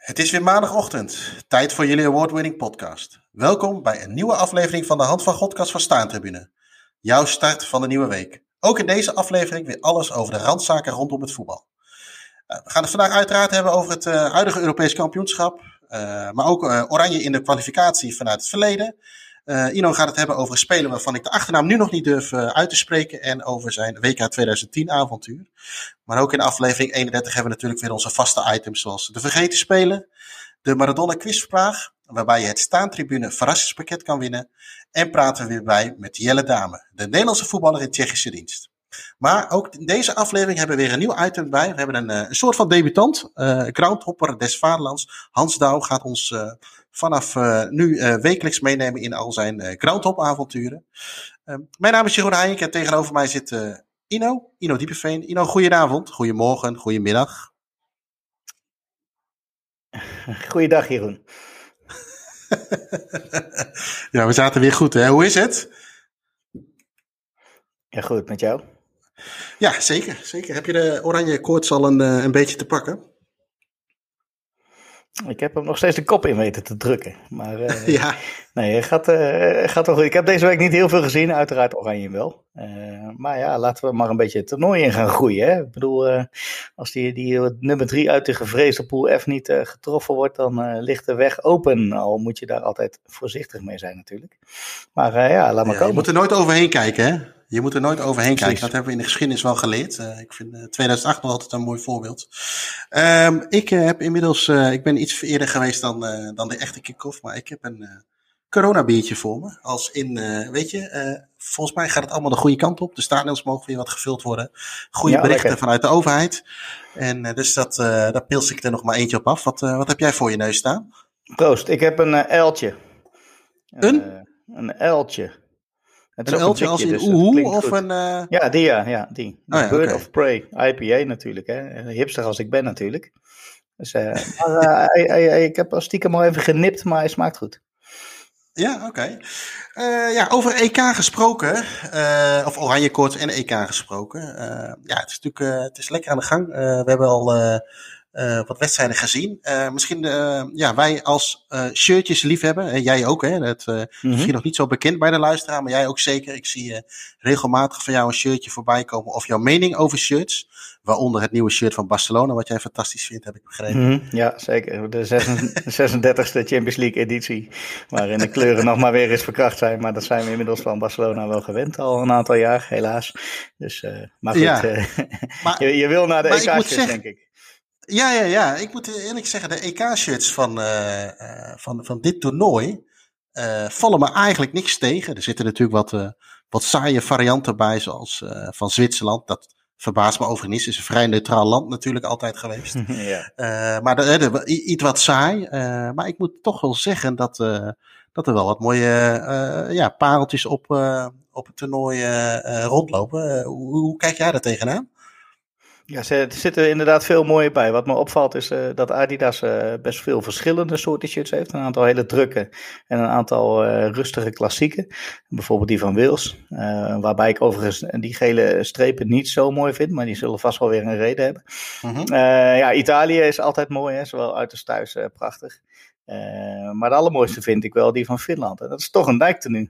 Het is weer maandagochtend, tijd voor jullie award-winning podcast. Welkom bij een nieuwe aflevering van de Hand van Godkast van Staantribune. Jouw start van de nieuwe week. Ook in deze aflevering weer alles over de randzaken rondom het voetbal. We gaan het vandaag uiteraard hebben over het huidige Europees kampioenschap. Maar ook Oranje in de kwalificatie vanuit het verleden. Ino gaat het hebben over een speler waarvan ik de achternaam nu nog niet durf uit te spreken. En over zijn WK 2010 avontuur. Maar ook in aflevering 31 hebben we natuurlijk weer onze vaste items zoals de vergeten spelen. De Maradona quizvraag, waarbij je het Staantribune verrassingspakket kan winnen. En praten we weer bij met Jelle Dame, de Nederlandse voetballer in Tsjechische dienst. Maar ook in deze aflevering hebben we weer een nieuw item bij. We hebben een soort van debutant, groundhopper des vaderlands. Hans Douw gaat ons vanaf nu wekelijks meenemen in al zijn groundhop-avonturen. Mijn naam is Jeroen Heijink en tegenover mij zit Ino Diepeveen. Ino, goedenavond, goedemorgen, goedemiddag. Goeiedag, Jeroen. Ja, we zaten weer goed, hè? Hoe is het? Ja, goed, met jou? Ja, zeker. Heb je de oranje koorts al een beetje te pakken? Ik heb hem nog steeds de kop in weten te drukken. Maar ja. Nee, het gaat wel goed. Ik heb deze week niet heel veel gezien, uiteraard Oranje wel. Maar ja, laten we maar een beetje het toernooi in gaan groeien. Hè? Ik bedoel, als die nummer 3 uit de gevreesde pool F niet getroffen wordt, dan ligt de weg open. Al moet je daar altijd voorzichtig mee zijn natuurlijk. Maar ja, laat maar komen. Je moet er nooit overheen kijken, hè? Je moet er nooit overheen kijken. Dat hebben we in de geschiedenis wel geleerd. Ik vind 2008 nog altijd een mooi voorbeeld. Ik ben iets eerder geweest dan de echte kick-off, maar ik heb een coronabiertje voor me. Als in, volgens mij gaat het allemaal de goede kant op. De stadions mogen weer wat gevuld worden. Goede berichten lekker vanuit de overheid. En dus daar pils ik er nog maar eentje op af. Wat heb jij voor je neus staan? Proost, ik heb een uiltje. Een uiltje. Een uiltje als in dus oehoe of een... Ja, die. Bird of Prey, IPA natuurlijk. Hè. Hipster als ik ben natuurlijk. Dus, ik heb stiekem al even genipt, maar hij smaakt goed. Ja, oké. Over EK gesproken, of Oranje koorts en EK gesproken. Het is natuurlijk het is lekker aan de gang. We hebben al wat wedstrijden gezien. Misschien wij als shirtjes liefhebber, en jij ook, hè? Misschien nog niet zo bekend bij de luisteraar, maar jij ook zeker. Ik zie regelmatig van jou een shirtje voorbij komen of jouw mening over shirts. Waaronder het nieuwe shirt van Barcelona, wat jij fantastisch vindt, heb ik begrepen. Ja, zeker. De 36e Champions League editie, waarin de kleuren nog maar weer eens verkracht zijn. Maar dat zijn we inmiddels van Barcelona wel gewend al een aantal jaar, helaas. Dus, maar goed, je wil naar de EK-shirts, denk ik. Ja. Ik moet eerlijk zeggen, de EK-shirts van dit toernooi vallen me eigenlijk niks tegen. Er zitten natuurlijk wat saaie varianten bij, zoals van Zwitserland. Dat verbaast me overigens niet. Het is een vrij neutraal land natuurlijk altijd geweest. Ja. Maar iets wat saai. Maar ik moet toch wel zeggen dat er wel wat mooie pareltjes op het toernooi rondlopen. Hoe kijk jij daar tegenaan? Ja, er zitten inderdaad veel mooie bij. Wat me opvalt is dat Adidas best veel verschillende soorten shirts heeft. Een aantal hele drukke en een aantal rustige klassieke. Bijvoorbeeld die van Wales. Waarbij ik overigens die gele strepen niet zo mooi vind. Maar die zullen vast wel weer een reden hebben. Italië is altijd mooi, hè? Zowel uit als thuis prachtig. Maar de allermooiste vind ik wel die van Finland. En dat is toch een dijktenu.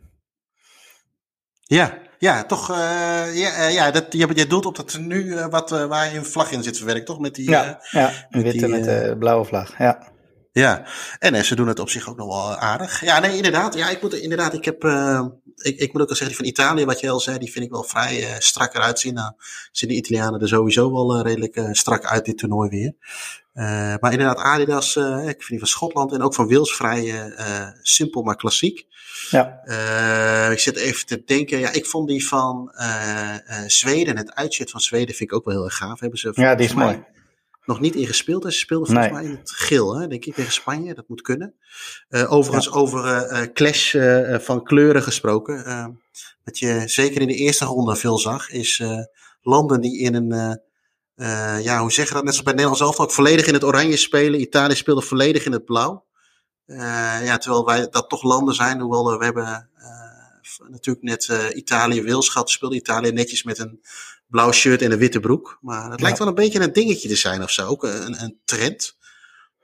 Ja, toch. Je doelt op dat tenue waar een vlag in zit verwerkt, toch? Met die, een witte met de blauwe vlag. Ja. Ja, en ze doen het op zich ook nog wel aardig. Ja, nee, inderdaad. Ja, ik moet ook al zeggen, die van Italië, wat je al zei, die vind ik wel vrij strak eruit zien. Nou, zien de Italianen er sowieso wel redelijk strak uit dit toernooi weer. Maar inderdaad, Adidas, ik vind die van Schotland en ook van Wales vrij simpel, maar klassiek. Ja. Ik zit even te denken, ik vond die van Zweden, het uitshirt van Zweden vind ik ook wel heel erg gaaf. Hebben ze die is mooi. Nog niet ingespeeld. Ze speelden volgens mij in het geel, hè, denk ik, tegen Spanje. Dat moet kunnen. Overigens over clash van kleuren gesproken. Wat je zeker in de eerste ronde veel zag, is landen die in een... hoe zeg je dat? Net zoals bij Nederland zelf ook volledig in het oranje spelen. Italië speelde volledig in het blauw. Terwijl wij dat toch landen zijn. Hoewel we hebben natuurlijk net Italië-Wales gehad. Speelde Italië netjes met een blauw shirt en een witte broek. Maar het lijkt wel een beetje een dingetje te zijn of zo. Ook een trend.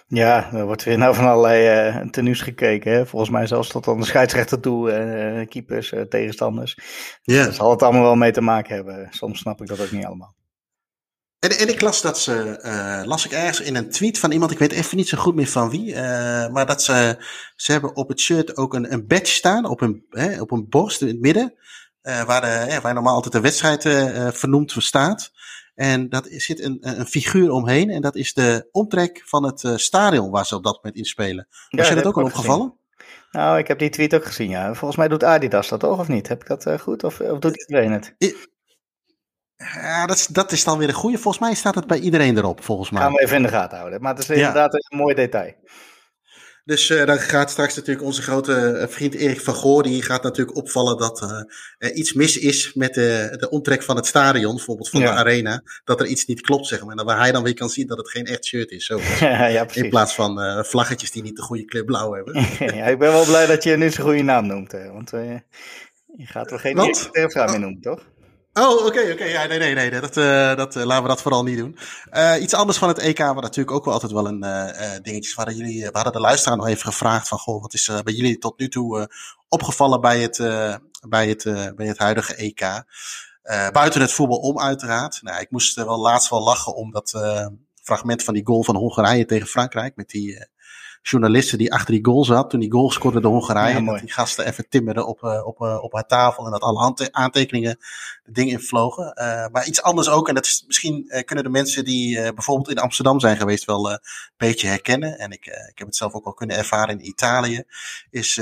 Ja, er wordt weer naar van allerlei tenues gekeken. Hè? Volgens mij zelfs tot aan de scheidsrechter toe, keepers, tegenstanders. Ja. Daar zal het allemaal wel mee te maken hebben. Soms snap ik dat ook niet allemaal. En ik las dat las ik ergens in een tweet van iemand, ik weet even niet zo goed meer van wie, maar dat ze hebben op het shirt ook een badge staan, op een borst in het midden, waar normaal altijd een wedstrijd vernoemd staat. En dat zit een figuur omheen en dat is de omtrek van het stadion waar ze op dat moment in spelen. Was je dat ook al opgevallen? Nou, ik heb die tweet ook gezien, ja. Volgens mij doet Adidas dat toch, of niet? Heb ik dat goed? Of doet iedereen het? Ja, dat is dan weer een goeie. Volgens mij staat het bij iedereen erop, volgens mij. Gaan we even in de gaten houden. Maar het is inderdaad een mooi detail. Dus dan gaat straks natuurlijk onze grote vriend Erik van Goor, die gaat natuurlijk opvallen dat er iets mis is met de omtrek van het stadion, bijvoorbeeld van de arena, dat er iets niet klopt, zeg maar. En waar hij dan weer kan zien dat het geen echt shirt is. Zo. Ja, precies. In plaats van vlaggetjes die niet de goede kleur blauw hebben. Ja, ik ben wel blij dat je nu zijn goede naam noemt. Want je gaat er geen vrouw meer noemen, toch? Oh, oké. Ja, nee. Laten we dat vooral niet doen. Iets anders van het EK, wat natuurlijk ook wel altijd wel een dingetje is. We hadden de luisteraar nog even gevraagd van, goh, wat is bij jullie tot nu toe opgevallen bij het huidige EK? Buiten het voetbal om, uiteraard. Nou, ik moest laatst wel lachen om dat fragment van die goal van Hongarije tegen Frankrijk. Met die journalisten die achter die goal zat. Toen die goal scoorde de Hongarije. Ja, en dat die gasten even timmerden op haar tafel. En dat alle aantekeningen de dingen invlogen. Maar iets anders ook. En dat is misschien kunnen de mensen die bijvoorbeeld in Amsterdam zijn geweest wel een beetje herkennen. En ik heb het zelf ook al kunnen ervaren in Italië. Is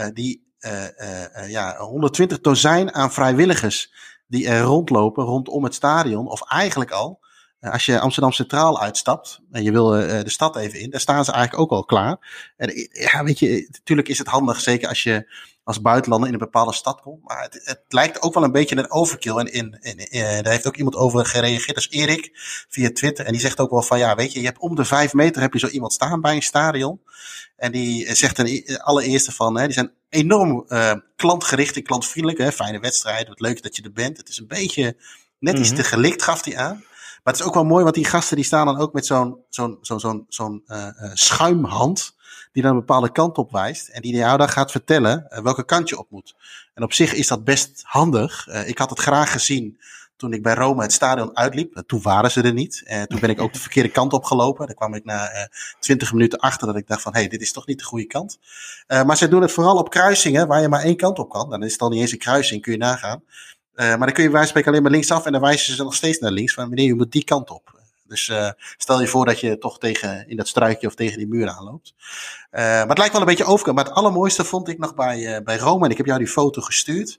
120 dozijn aan vrijwilligers die er rondlopen rondom het stadion. Of eigenlijk al. Als je Amsterdam Centraal uitstapt en je wil de stad even in, daar staan ze eigenlijk ook al klaar. En ja, weet je, natuurlijk is het handig, zeker als je als buitenlander in een bepaalde stad komt. Maar het lijkt ook wel een beetje een overkill. En daar heeft ook iemand over gereageerd, als Erik, via Twitter. En die zegt ook wel van, ja, weet je hebt om de 5 meter heb je zo iemand staan bij een stadion. En die zegt ten allereerste van, die zijn enorm klantgericht en klantvriendelijk. Hè, fijne wedstrijd, wat leuk dat je er bent. Het is een beetje net iets te gelikt, gaf hij aan. Maar het is ook wel mooi, want die gasten die staan dan ook met zo'n schuimhand, die dan een bepaalde kant op wijst. En die jou dan gaat vertellen welke kant je op moet. En op zich is dat best handig. Ik had het graag gezien toen ik bij Rome het stadion uitliep. Toen waren ze er niet. Toen ben ik ook de verkeerde kant opgelopen. Daar kwam ik na 20 minuten achter dat ik dacht van, dit is toch niet de goede kant. Maar zij doen het vooral op kruisingen waar je maar 1 kant op kan. Dan is het al niet eens een kruising, kun je nagaan. Maar dan kun je bij wijze van spreken alleen maar linksaf en dan wijzen ze nog steeds naar links. Van meneer, je moet die kant op. Dus stel je voor dat je toch in dat struikje of tegen die muur aanloopt. Maar het lijkt wel een beetje overkant. Maar het allermooiste vond ik nog bij Rome. En ik heb jou die foto gestuurd.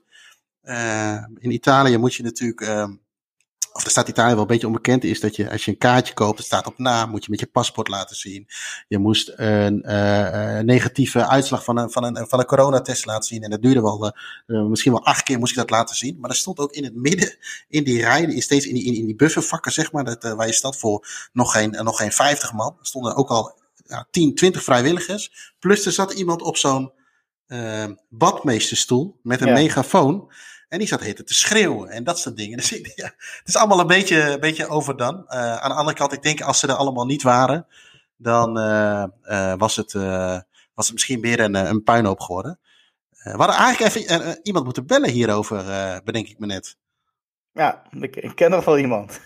In Italië moet je natuurlijk... Of daar staat Italië wel een beetje onbekend, is dat je als je een kaartje koopt, het staat op naam, moet je met je paspoort laten zien. Je moest een negatieve uitslag van een coronatest laten zien. En dat duurde wel, misschien wel 8 keer moest ik dat laten zien. Maar er stond ook in het midden, in die rij, steeds in die buffervakken, zeg maar, waar je staat voor nog geen 50 man. Er stonden ook al 10, 20 vrijwilligers. Plus er zat iemand op zo'n badmeesterstoel met een megafoon. En die zat te schreeuwen en dat soort dingen. Dus het is allemaal een beetje overdone. Aan de andere kant, ik denk als ze er allemaal niet waren, dan was het misschien meer een puinhoop geworden. We hadden eigenlijk even iemand moeten bellen hierover, bedenk ik me net. Ja, ik ken nog wel iemand.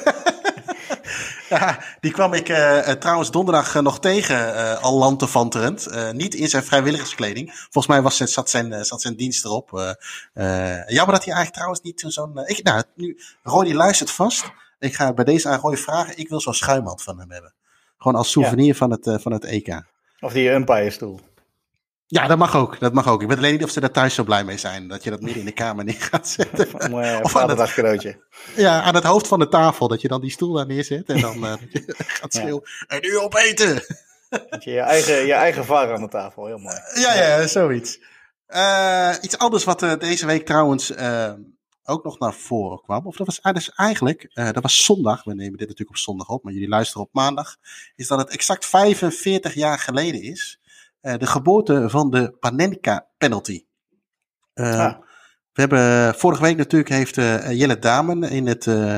Ja, die kwam ik trouwens donderdag nog tegen, al lanterfanterend. Niet in zijn vrijwilligerskleding. Volgens mij zat zijn dienst erop. Jammer dat hij eigenlijk trouwens niet zo'n... Roy die luistert vast. Ik ga bij deze aan Roy vragen. Ik wil zo'n schuimhand van hem hebben. Gewoon als souvenir van het EK. Of die umpire stoel. Ja, dat mag ook. Ik weet alleen niet of ze daar thuis zo blij mee zijn. Dat je dat midden in de kamer neer gaat zetten. Of aan het cadeautje. Ja, aan het hoofd van de tafel. Dat je dan die stoel daar neerzet. En dan gaat schreeuwen. En nu opeten! Je eigen VAR aan de tafel. Heel mooi. Ja, zoiets. Iets anders wat deze week trouwens ook nog naar voren kwam. Of dat was eigenlijk, dat was zondag. We nemen dit natuurlijk op zondag op. Maar jullie luisteren op maandag. Is dat het exact 45 jaar geleden is. De geboorte van de Panenka penalty. We hebben vorige week natuurlijk heeft Jelle Damen in het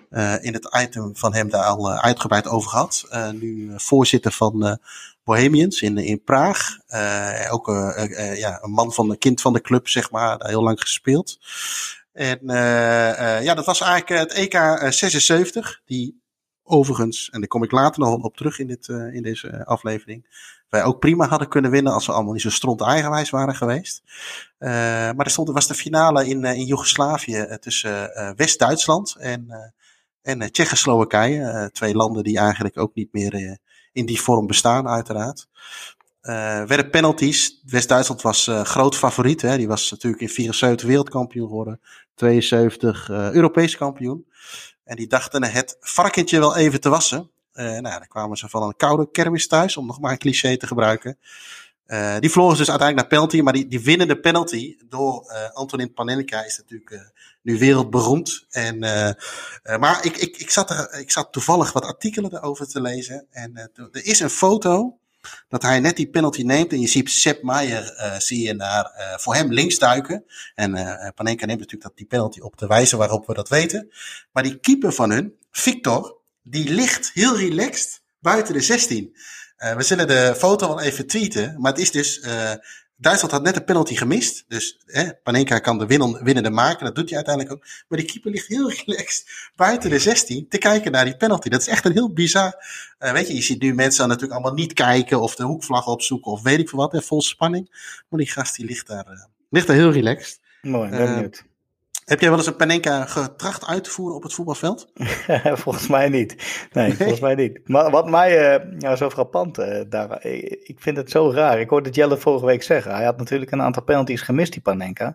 in het item van hem daar al uitgebreid over gehad. Nu voorzitter van Bohemians in Praag. Ook een man van kind van de club, zeg maar. Daar heel lang gespeeld. En dat was eigenlijk het EK 76. Die overigens, en daar kom ik later nog op terug in deze aflevering, wij ook prima hadden kunnen winnen als we allemaal niet zo stront eigenwijs waren geweest. Maar er was de finale in Joegoslavië tussen West-Duitsland en Tsjechoslowakije. 2 landen die eigenlijk ook niet meer in die vorm bestaan, uiteraard. Werden penalties. West-Duitsland was groot favoriet. Hè. Die was natuurlijk in 74 wereldkampioen geworden. 72 Europees kampioen. En die dachten het varkentje wel even te wassen. Dan kwamen ze van een koude kermis thuis, om nog maar een cliché te gebruiken. Die verloren ze dus uiteindelijk naar penalty. Maar die winnende penalty door Antonin Panenka is natuurlijk nu wereldberoemd. Maar ik zat toevallig wat artikelen erover te lezen. En er is een foto dat hij net die penalty neemt. En je ziet Sepp Maier zie je voor hem links duiken. En Panenka neemt natuurlijk die penalty op de wijze waarop we dat weten. Maar die keeper van hun, Victor, die ligt heel relaxed buiten de 16. We zullen de foto wel even tweeten. Maar het is dus Duitsland had net een penalty gemist. Dus Panenka kan de winnende maken. Dat doet hij uiteindelijk ook. Maar die keeper ligt heel relaxed buiten de 16 te kijken naar die penalty. Dat is echt een heel bizar. Je ziet nu mensen natuurlijk allemaal niet kijken of de hoekvlag opzoeken of weet ik veel wat. Vol spanning. Maar die gast die ligt daar heel relaxed. Mooi, benieuwd. Heb jij wel eens een Panenka getracht uit te voeren op het voetbalveld? Volgens mij niet. Nee, volgens mij niet. Maar wat mij zo frappant daar, ik vind het zo raar. Ik hoorde het Jelle vorige week zeggen. Hij had natuurlijk een aantal penalties gemist, die Panenka.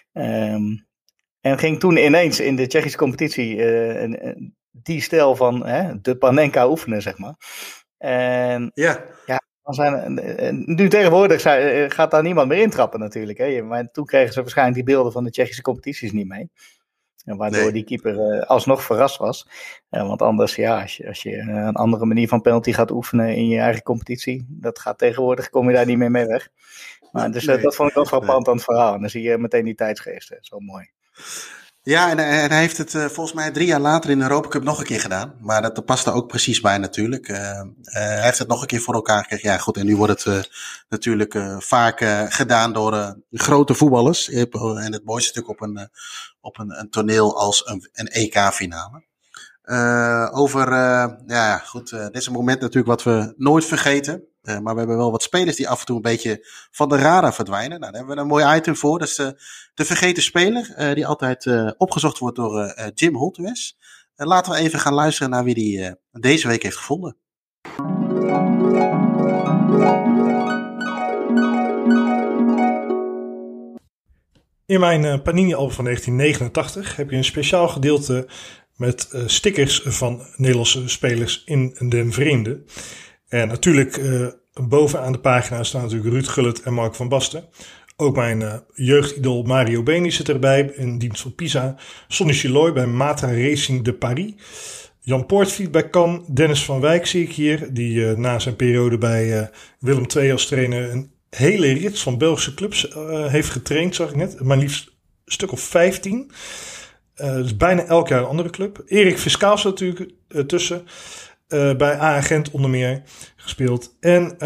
En ging toen ineens in de Tsjechische competitie die stijl van de Panenka oefenen, zeg maar. En ja. Nu tegenwoordig gaat daar niemand meer intrappen natuurlijk. Hè. Maar toen kregen ze waarschijnlijk die beelden van de Tsjechische competities niet mee. En waardoor die keeper alsnog verrast was. Want anders, als je een andere manier van penalty gaat oefenen in je eigen competitie, dat gaat tegenwoordig, kom je daar niet meer mee weg. Maar dus dat vond ik wel frappant aan het verhaal. En dan zie je meteen die tijdsgeest. Dat is wel mooi. Ja, en hij heeft het volgens mij 3 jaar later in de Europa Cup nog een keer gedaan. Maar dat past er ook precies bij natuurlijk. Hij heeft het nog een keer voor elkaar gekregen. Ja goed, en nu wordt het natuurlijk vaak gedaan door grote voetballers. En het mooiste is natuurlijk op een toneel als een EK-finale. Dit is een moment natuurlijk wat we nooit vergeten. Maar we hebben wel wat spelers die af en toe een beetje van de radar verdwijnen. Nou, daar hebben we een mooi item voor. Dat is de vergeten speler, die altijd opgezocht wordt door Jim Holtewes. Laten we even gaan luisteren naar wie die deze week heeft gevonden. In mijn Panini-album van 1989 heb je een speciaal gedeelte met stickers van Nederlandse spelers in den vreemde. En natuurlijk bovenaan de pagina staan natuurlijk Ruud Gullit en Mark van Basten. Ook mijn jeugdidool Mario Beni zit erbij in dienst van Pisa. Sonny Chiloy bij Matra Racing de Paris. Jan Poortvliet bij Cannes. Dennis van Wijk zie ik hier. Die na zijn periode bij Willem II als trainer een hele rits van Belgische clubs heeft getraind, zag ik net. Maar liefst een stuk of 15. Dus bijna elk jaar een andere club. Erik Fiscaal zat natuurlijk tussen. Bij A-agent onder meer gespeeld. En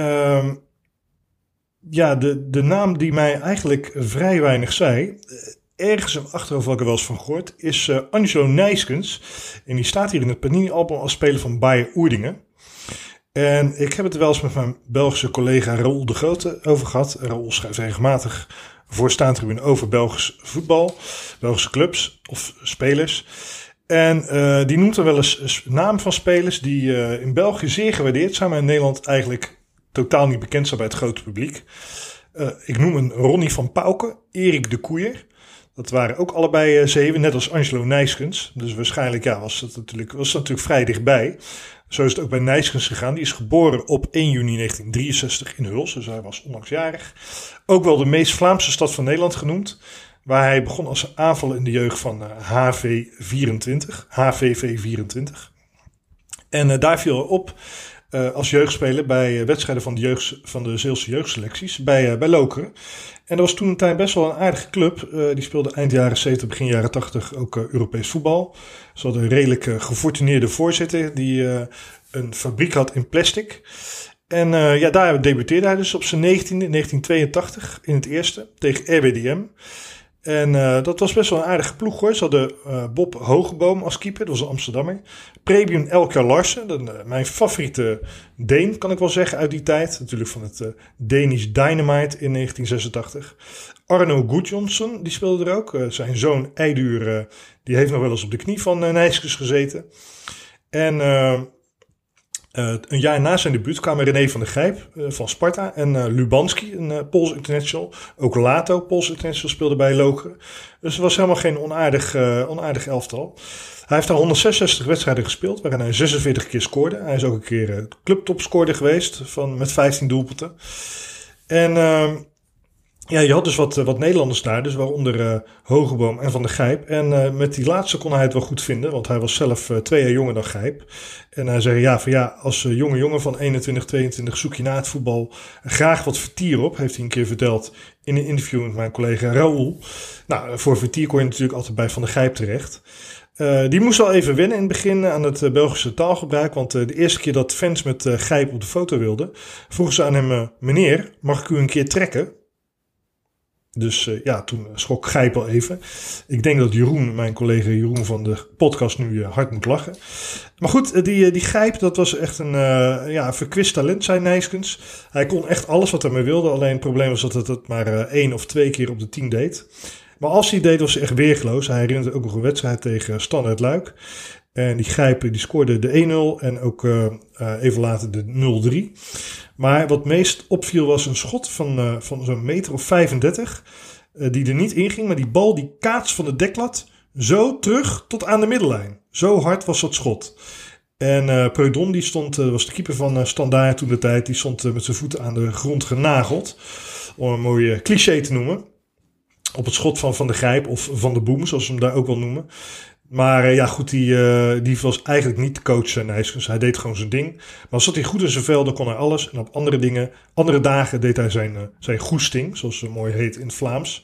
de naam die mij eigenlijk vrij weinig zei, ergens in mijn achterhoofd wat ik er wel eens van gehoord, is Angelo Nijskens. En die staat hier in het Panini-album als speler van Bayer Oerdingen. En ik heb het er wel eens met mijn Belgische collega Raoul de Grote over gehad. Raoul schrijft regelmatig voor Staantribune over Belgisch voetbal, Belgische clubs of spelers. En die noemt er wel eens namen van spelers die in België zeer gewaardeerd zijn, maar in Nederland eigenlijk totaal niet bekend zijn bij het grote publiek. Ik noem een Ronnie van Pauwke, Erik de Koeier. Dat waren ook allebei zeven, net als Angelo Nijskens. Dus waarschijnlijk was dat natuurlijk vrij dichtbij. Zo is het ook bij Nijskens gegaan. Die is geboren op 1 juni 1963 in Huls, dus hij was onlangs jarig. Ook wel de meest Vlaamse stad van Nederland genoemd. Waar hij begon als aanvaller in de jeugd van HVV 24. En daar viel er op als jeugdspeler bij wedstrijden van de Zeelse jeugdselecties bij Lokeren. En dat was toen een tijd best wel een aardige club. Die speelde eind jaren 70, begin jaren 80 ook Europees voetbal. Ze hadden een redelijk gefortuneerde voorzitter die een fabriek had in plastic. En daar debuteerde hij dus op zijn 19e, in 1982 in het eerste tegen RWDM. En dat was best wel een aardige ploeg hoor. Ze hadden Bob Hogeboom als keeper, dat was een Amsterdammer. Preben Elkar Larsen, mijn favoriete Deen kan ik wel zeggen uit die tijd. Natuurlijk van het Danish Dynamite in 1986. Arno Gudjonsson, die speelde er ook. Zijn zoon Eidur, die heeft nog wel eens op de knie van Nijskens gezeten. En een jaar na zijn debuut kwamen René van der Gijp van Sparta en Lubanski, een Pools international. Ook Lato, Pools international, speelde bij Lokeren. Dus het was helemaal geen onaardig elftal. Hij heeft daar 166 wedstrijden gespeeld, waarin hij 46 keer scoorde. Hij is ook een keer clubtopscorer geweest met 15 doelpunten. En je had dus wat Nederlanders daar, dus waaronder Hogeboom en Van der Gijp. En met die laatste kon hij het wel goed vinden, want hij was zelf 2 jaar jonger dan Gijp. En hij zei, als jonge jongen van 21, 22 zoek je na het voetbal graag wat vertier op, heeft hij een keer verteld in een interview met mijn collega Raoul. Nou, voor vertier kon je natuurlijk altijd bij Van der Gijp terecht. Die moest al even wennen in het begin aan het Belgische taalgebruik. Want de eerste keer dat fans met Gijp op de foto wilden, vroegen ze aan hem, meneer, mag ik u een keer trekken? Dus toen schrok Gijp al even. Ik denk dat Jeroen, mijn collega Jeroen van de podcast, nu hard moet lachen. Maar goed, die Gijp, dat was echt een verkwist talent, zei Nijskens. Hij kon echt alles wat hij maar wilde. Alleen het probleem was dat het maar 1 of 2 keer op de 10 deed. Maar als hij deed, was hij echt weergeloos. Hij herinnerde ook nog een wedstrijd tegen Standaard Luik. En die Gijp die scoorde de 1-0 en ook even later de 0-3. Maar wat meest opviel was een schot van zo'n meter of 35. Die er niet in ging, maar die bal die kaatst van de deklat zo terug tot aan de middellijn. Zo hard was dat schot. En Preudon, die was de keeper van Standaard toen de tijd. Die stond met zijn voeten aan de grond genageld. Om een mooi cliché te noemen. Op het schot van de Gijp of van de Boem, zoals ze hem daar ook wel noemen. Maar die was eigenlijk niet de coach Nijskens. Hij deed gewoon zijn ding. Maar zat hij goed in zijn vel, dan kon hij alles. En op andere dagen deed hij zijn goesting, zoals het mooi heet in het Vlaams.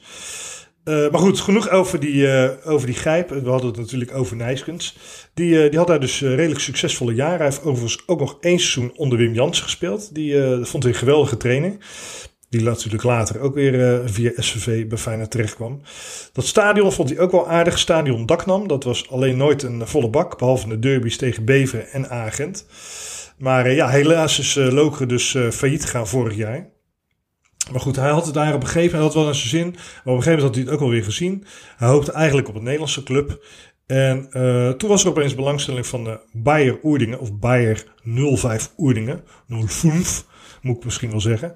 Maar goed, genoeg over die Gijp. We hadden het natuurlijk over Nijskens. Die had daar dus redelijk succesvolle jaren. Hij heeft overigens ook nog 1 seizoen onder Wim Jansen gespeeld. Dat vond hij een geweldige trainer. Die natuurlijk later ook weer via SVV bij Feyenoord terecht kwam. Dat stadion vond hij ook wel aardig. Stadion Daknam. Dat was alleen nooit een volle bak. Behalve de derbies tegen Beveren en Agent. Maar helaas is Lokeren dus failliet gegaan vorig jaar. Maar goed, hij had het daar op een gegeven moment, had wel eens zijn zin. Maar op een gegeven moment had hij het ook alweer gezien. Hij hoopte eigenlijk op een Nederlandse club. En toen was er opeens belangstelling van de Bayer Oerdingen. Of Bayer 05 Oerdingen. 05 moet ik misschien wel zeggen.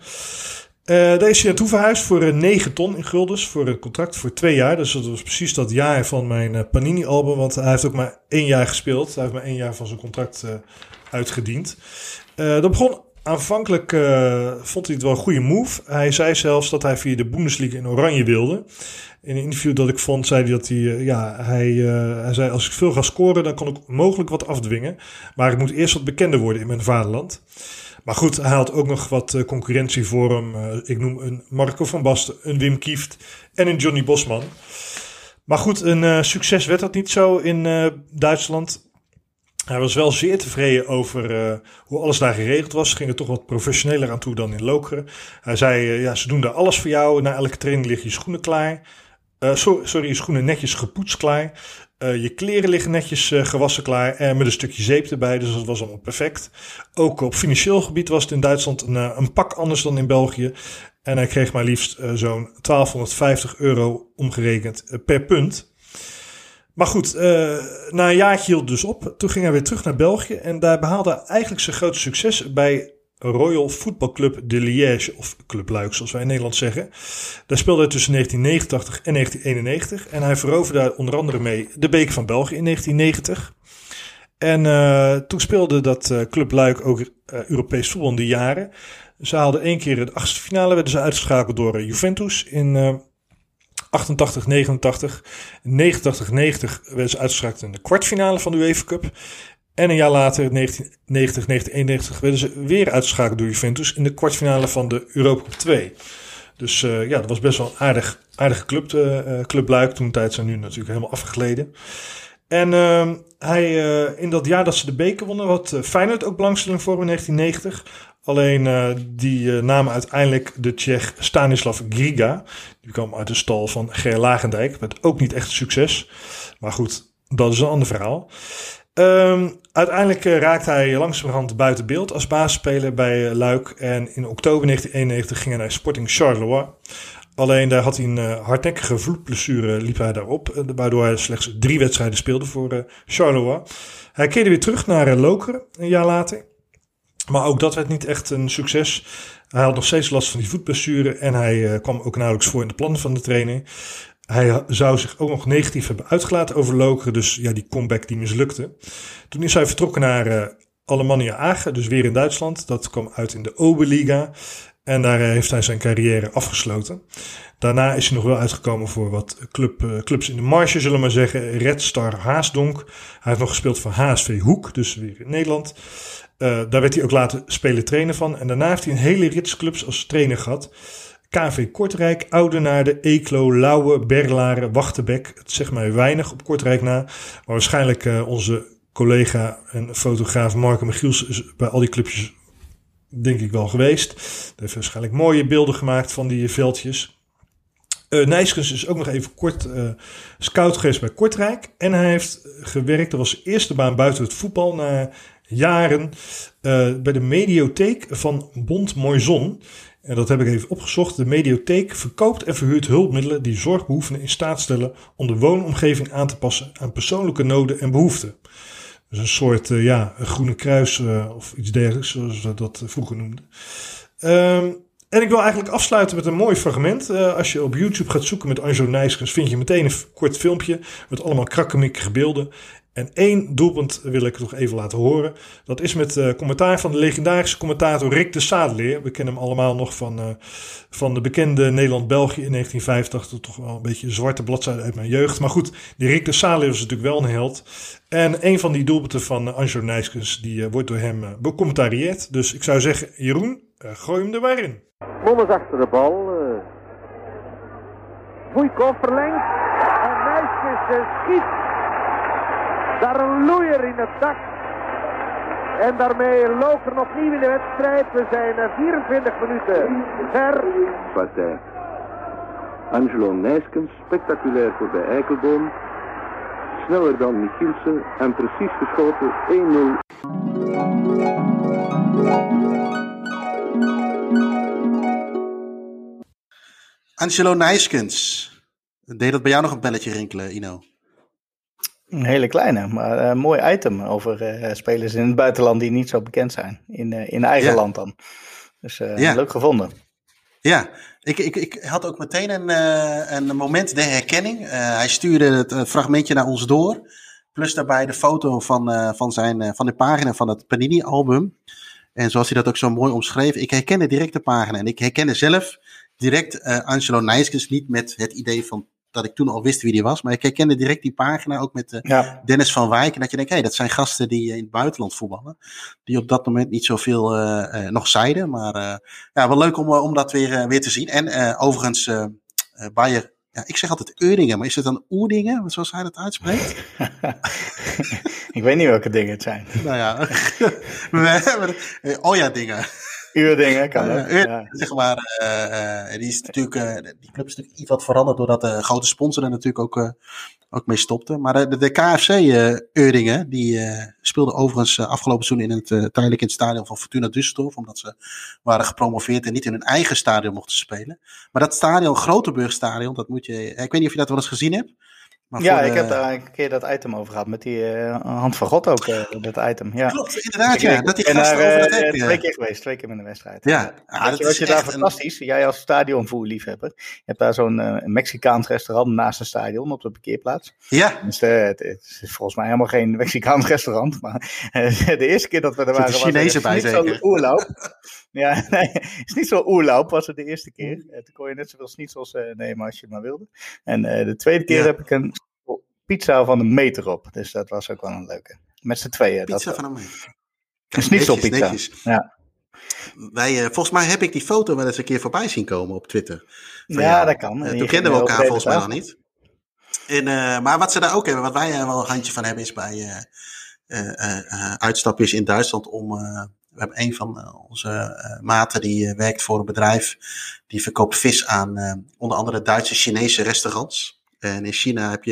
Daar is hij naartoe verhuisd voor 9 ton in guldens voor een contract voor 2 jaar. Dus dat was precies dat jaar van mijn Panini-album. Want hij heeft ook maar 1 jaar gespeeld. Hij heeft maar 1 jaar van zijn contract uitgediend. Dat begon aanvankelijk, vond hij het wel een goede move. Hij zei zelfs dat hij via de Bundesliga in Oranje wilde. In een interview dat ik vond, zei hij dat hij zei, als ik veel ga scoren, dan kan ik mogelijk wat afdwingen. Maar ik moet eerst wat bekender worden in mijn vaderland. Maar goed, hij had ook nog wat concurrentie voor hem. Ik noem een Marco van Basten, een Wim Kieft en een Johnny Bosman. Maar goed, een succes werd dat niet zo in Duitsland. Hij was wel zeer tevreden over hoe alles daar geregeld was. Ze gingen toch wat professioneler aan toe dan in Lokeren. Hij zei, ze doen daar alles voor jou. Na elke training liggen je schoenen klaar. Je schoenen netjes gepoetst klaar. Je kleren liggen netjes gewassen klaar en met een stukje zeep erbij. Dus dat was allemaal perfect. Ook op financieel gebied was het in Duitsland een pak anders dan in België. En hij kreeg maar liefst zo'n €1250 omgerekend per punt. Maar goed, na een jaartje hield het dus op. Toen ging hij weer terug naar België. En daar behaalde hij eigenlijk zijn grote succes bij Royal Football Club de Liège, of Club Luik zoals wij in Nederland zeggen. Daar speelde hij tussen 1989 en 1991. En hij veroverde daar onder andere mee de beker van België in 1990. En toen speelde dat Club Luik ook Europees voetbal in die jaren. Ze haalden 1 keer de 8e finale, werden ze uitgeschakeld door Juventus in 88-89. In 89-90 werden ze uitgeschakeld in de kwartfinale van de UEFA Cup. En een jaar later, 1991, werden ze weer uitgeschakeld door Juventus in de kwartfinale van de Europa Cup 2. Dus dat was best wel een aardige club Luik. Toen tijd zijn nu natuurlijk helemaal afgegleden. En in dat jaar dat ze de beker wonnen, had Feyenoord ook belangstelling voor in 1990. Alleen die namen uiteindelijk de Tsjech Stanislav Griga. Die kwam uit de stal van Ger Lagendijk. Met ook niet echt een succes. Maar goed, dat is een ander verhaal. Uiteindelijk raakte hij langzamerhand buiten beeld als basisspeler bij Luik. En in oktober 1991 ging hij naar Sporting Charleroi. Alleen daar had hij een hardnekkige vloedblessure, liep hij daarop. Waardoor hij slechts 3 wedstrijden speelde voor Charleroi. Hij keerde weer terug naar Lokeren een jaar later. Maar ook dat werd niet echt een succes. Hij had nog steeds last van die voetblessure. En hij kwam ook nauwelijks voor in de plannen van de trainer. Hij zou zich ook nog negatief hebben uitgelaten over Lokeren. Dus ja, die comeback die mislukte. Toen is hij vertrokken naar Alemannia Aachen. Dus weer in Duitsland. Dat kwam uit in de Oberliga. En daar heeft hij zijn carrière afgesloten. Daarna is hij nog wel uitgekomen voor wat clubs in de marge, zullen we maar zeggen. Red Star Haasdonk. Hij heeft nog gespeeld voor HSV Hoek, dus weer in Nederland. Daar werd hij ook later speler-trainer van. En daarna heeft hij een hele rits clubs als trainer gehad. KV Kortrijk, Oudenaarde, Eeklo, Lauwe, Berlaren, Wachtenbek. Het zegt mij weinig op Kortrijk na. Maar waarschijnlijk onze collega en fotograaf Marco Michiels is bij al die clubjes denk ik wel geweest. Hij heeft waarschijnlijk mooie beelden gemaakt van die veldjes. Nijskens is ook nog even kort scout geweest bij Kortrijk. En hij heeft gewerkt, dat was zijn eerste baan buiten het voetbal, na jaren bij de mediotheek van Bond Moison. En dat heb ik even opgezocht. De mediotheek verkoopt en verhuurt hulpmiddelen die zorgbehoevenden in staat stellen om de woonomgeving aan te passen aan persoonlijke noden en behoeften. Dus een soort een Groene Kruis of iets dergelijks, zoals we dat vroeger noemden. En ik wil eigenlijk afsluiten met een mooi fragment. Als je op YouTube gaat zoeken met Angelo Nijskens, vind je meteen een kort filmpje met allemaal krakkemikkige beelden. En 1 doelpunt wil ik nog even laten horen. Dat is met commentaar van de legendarische commentator Rick de Sadeleer. We kennen hem allemaal nog van de bekende Nederland-België in 1985. Toch wel een beetje een zwarte bladzijde uit mijn jeugd. Maar goed, die Rick de Sadeleer was natuurlijk wel een held. En een van die doelpunten van Angelo Nijskens, die wordt door hem becommentarieerd. Dus ik zou zeggen, Jeroen, gooi hem er maar in. Mommers achter de bal. Voeikov verlengt. En Nijskens schiet. Daar een loeier in het dak. En daarmee Lokeren nog nieuw in de wedstrijd. We zijn 24 minuten ver. Partij. Angelo Nijskens, spectaculair voorbij Eikelboom. Sneller dan Michielsen en precies geschoten 1-0. Angelo Nijskens. Deed dat bij jou nog een belletje rinkelen, Ino? Een hele kleine, maar een mooi item over spelers in het buitenland die niet zo bekend zijn. In eigen land dan. Dus leuk gevonden. Ja, ik had ook meteen een moment de herkenning. Hij stuurde het fragmentje naar ons door. Plus daarbij de foto van de pagina van het Panini-album. En zoals hij dat ook zo mooi omschreef. Ik herkende direct de pagina. En ik herkende zelf direct Angelo Nijskens. Niet met het idee van dat ik toen al wist wie die was. Maar ik herkende direct die pagina ook met Dennis van Wijk. En dat je denkt, dat zijn gasten die in het buitenland voetballen. Die op dat moment niet zoveel nog zeiden. Maar wel leuk om dat weer te zien. En overigens, Bayer, ik zeg altijd Euringen. Maar is het dan Oerdingen, zoals hij dat uitspreekt? Ik weet niet welke dingen het zijn. Nou ja, dingen. Uurdingen kan ook. Zeg maar, die is natuurlijk, die club is natuurlijk iets wat veranderd doordat de grote sponsor er natuurlijk ook mee stopte. Maar de KFC Euringen, die speelde overigens afgelopen seizoen tijdelijk in het stadion van Fortuna Düsseldorf, omdat ze waren gepromoveerd en niet in hun eigen stadion mochten spelen. Maar dat stadion, Groteburg-stadion, dat moet je, ik weet niet of je dat wel eens gezien hebt. Maar ik heb daar een keer dat item over gehad met die Hand van God ook, dat item. Ja. Klopt, inderdaad, dat die gasten over dat hek. 2 keer geweest, 2 keer in de wedstrijd. Ja. Dat was je daar fantastisch. Jij als stadionvoerliefhebber, je hebt daar zo'n Mexicaans restaurant naast een stadion op de parkeerplaats. Ja. Dus het is volgens mij helemaal geen Mexicaans restaurant, maar de eerste keer dat we er waren, Chinezen bij zeker. Oerloop. Ja, nee, het is niet zo oerloop, was het de eerste keer. Toen kon je net zoveel schnitzels nemen als je maar wilde. En de tweede keer heb ik een pizza van een meter op. Dus dat was ook wel een leuke. Met z'n tweeën. Pizza van een meet. Een schnitzelpizza. Netjes. Ja. Volgens mij heb ik die foto wel eens een keer voorbij zien komen op Twitter. Ja, dat kan. Toen kenden we elkaar volgens mij nog niet. Maar wat ze daar ook hebben, wat wij wel een handje van hebben, is bij uitstapjes in Duitsland we hebben een van onze maten die werkt voor een bedrijf die verkoopt vis aan onder andere Duitse, Chinese restaurants. En in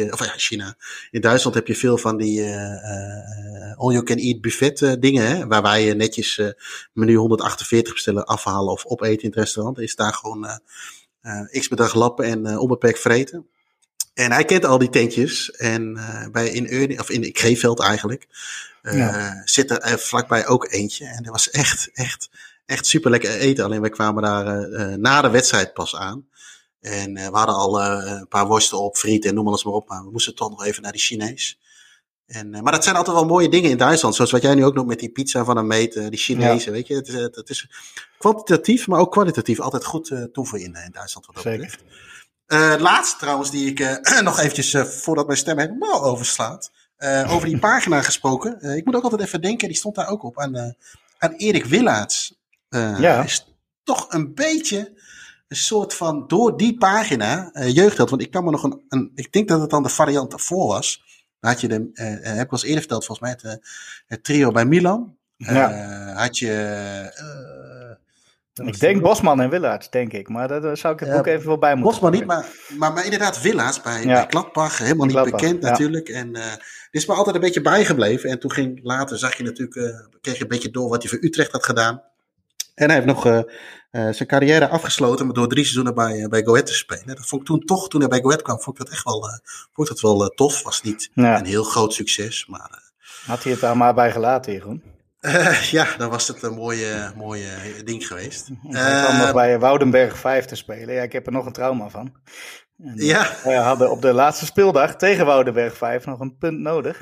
in Duitsland heb je veel van die all-you-can-eat buffet dingen, hè, waar wij netjes menu 148 bestellen, afhalen of opeten in het restaurant. Is daar gewoon x bedrag lappen en onbeperkt vreten. En hij kent al die tentjes. En in Krefeld eigenlijk, zit er vlakbij ook eentje. En er was echt super lekker eten. Alleen wij kwamen daar na de wedstrijd pas aan. En we hadden al een paar worsten op, friet en noem alles maar op. Maar we moesten toch nog even naar die Chinees. Maar dat zijn altijd wel mooie dingen in Duitsland. Zoals wat jij nu ook noemt met die pizza van een meet. Die Chinezen, weet je. Het is kwantitatief, maar ook kwalitatief altijd goed toeven in Duitsland wat dat betreft. Laatste trouwens die ik nog eventjes voordat mijn stem helemaal overslaat. Over die pagina gesproken. Ik moet ook altijd even denken, die stond daar ook op. Aan Erik Willaerts. Is toch een beetje een soort van, door die pagina, jeugdheld. Want ik kan me nog ik denk dat het dan de variant daarvoor was. Dan had je heb ik al eens eerder verteld, volgens mij het trio bij Milan. Had je... Ik denk Bosman en Willaerts, denk ik. Maar daar zou ik het ook even voorbij moeten. Bosman niet, maar inderdaad Willaerts bij Gladbach. Helemaal niet bekend natuurlijk. En dit is me altijd een beetje bijgebleven. En toen later kreeg je een beetje door wat hij voor Utrecht had gedaan. En hij heeft nog zijn carrière afgesloten door 3 seizoenen bij Go Ahead te spelen. Dat vond ik toen hij bij Go Ahead kwam, vond ik dat echt wel tof. Was niet een heel groot succes. Maar, had hij het daar maar bij gelaten, Jeroen? Dan was het een mooie ding geweest. Hij kwam nog bij Woudenberg 5 te spelen. Ja, ik heb er nog een trauma van. We hadden op de laatste speeldag tegen Woudenberg 5 nog een punt nodig.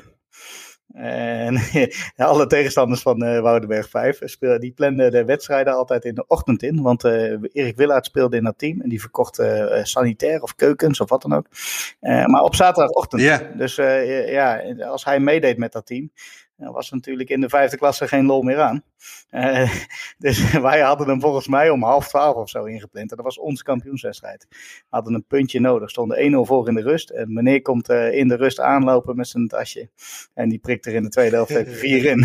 En alle tegenstanders van Woudenberg 5 die planden de wedstrijden altijd in de ochtend in. Want Erik Willaerts speelde in dat team. En die verkocht sanitair of keukens of wat dan ook. Maar op zaterdagochtend. Dus als hij meedeed met dat team, was natuurlijk in de 5e klasse geen lol meer aan. Dus wij hadden hem volgens mij om 11:30 of zo ingepland. En dat was onze kampioenswedstrijd. We hadden een puntje nodig. Stonden 1-0 voor in de rust. En meneer komt in de rust aanlopen met zijn tasje. En die prikt er in de tweede helft 4 in.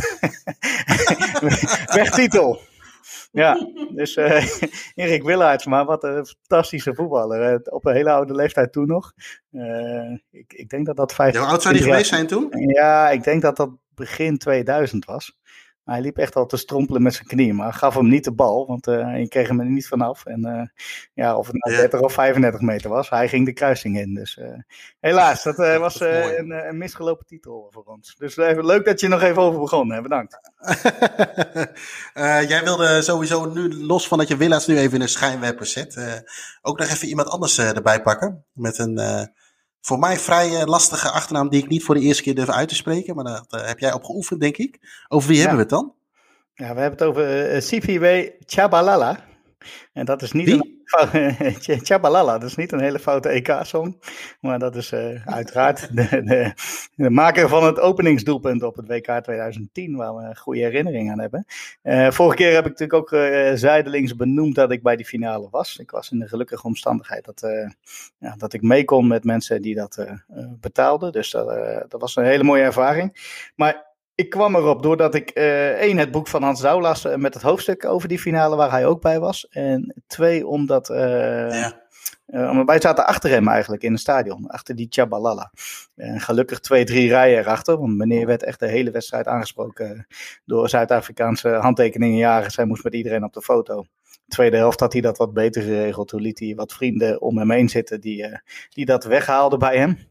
Wegtitel. Ja, dus Erik Willaerts, maar wat een fantastische voetballer. Op een hele oude leeftijd toen nog. Ik denk dat 5... Hoe oud zou die geweest zijn toen? Ja, ik denk dat begin 2000 was. Maar hij liep echt al te strompelen met zijn knieën. Maar gaf hem niet de bal, want je kreeg hem er niet vanaf. En of het nou 30 of 35 meter was, hij ging de kruising in. Dus helaas, dat was een misgelopen titel voor ons. Dus leuk dat je nog even over begon. Bedankt. Jij wilde sowieso nu, los van dat je Willaerts nu even in een schijnwerper zet, ook nog even iemand anders erbij pakken. Met een... voor mij vrij lastige achternaam die ik niet voor de eerste keer durf uit te spreken. Maar daar heb jij op geoefend, denk ik. Over wie hebben we het dan? Ja, we hebben het over Sifiwe Tshabalala. En dat is niet Tshabalala, dat is niet een hele foute EK-song. Maar dat is uiteraard de maker van het openingsdoelpunt op het WK 2010, waar we een goede herinnering aan hebben. Vorige keer heb ik natuurlijk ook zijdelings benoemd dat ik bij die finale was. Ik was in de gelukkige omstandigheid dat ik mee kon met mensen die dat betaalden. Dus dat was een hele mooie ervaring. Maar ik kwam erop doordat ik 1 het boek van Hans Douw las met het hoofdstuk over die finale waar hij ook bij was. En 2 omdat wij zaten achter hem eigenlijk in het stadion, achter die Tshabalala. En gelukkig 2-3 rijen erachter, want meneer werd echt de hele wedstrijd aangesproken door Zuid-Afrikaanse handtekeningenjagers. Hij moest met iedereen op de foto. Tweede helft had hij dat wat beter geregeld. Toen liet hij wat vrienden om hem heen zitten die dat weghaalden bij hem.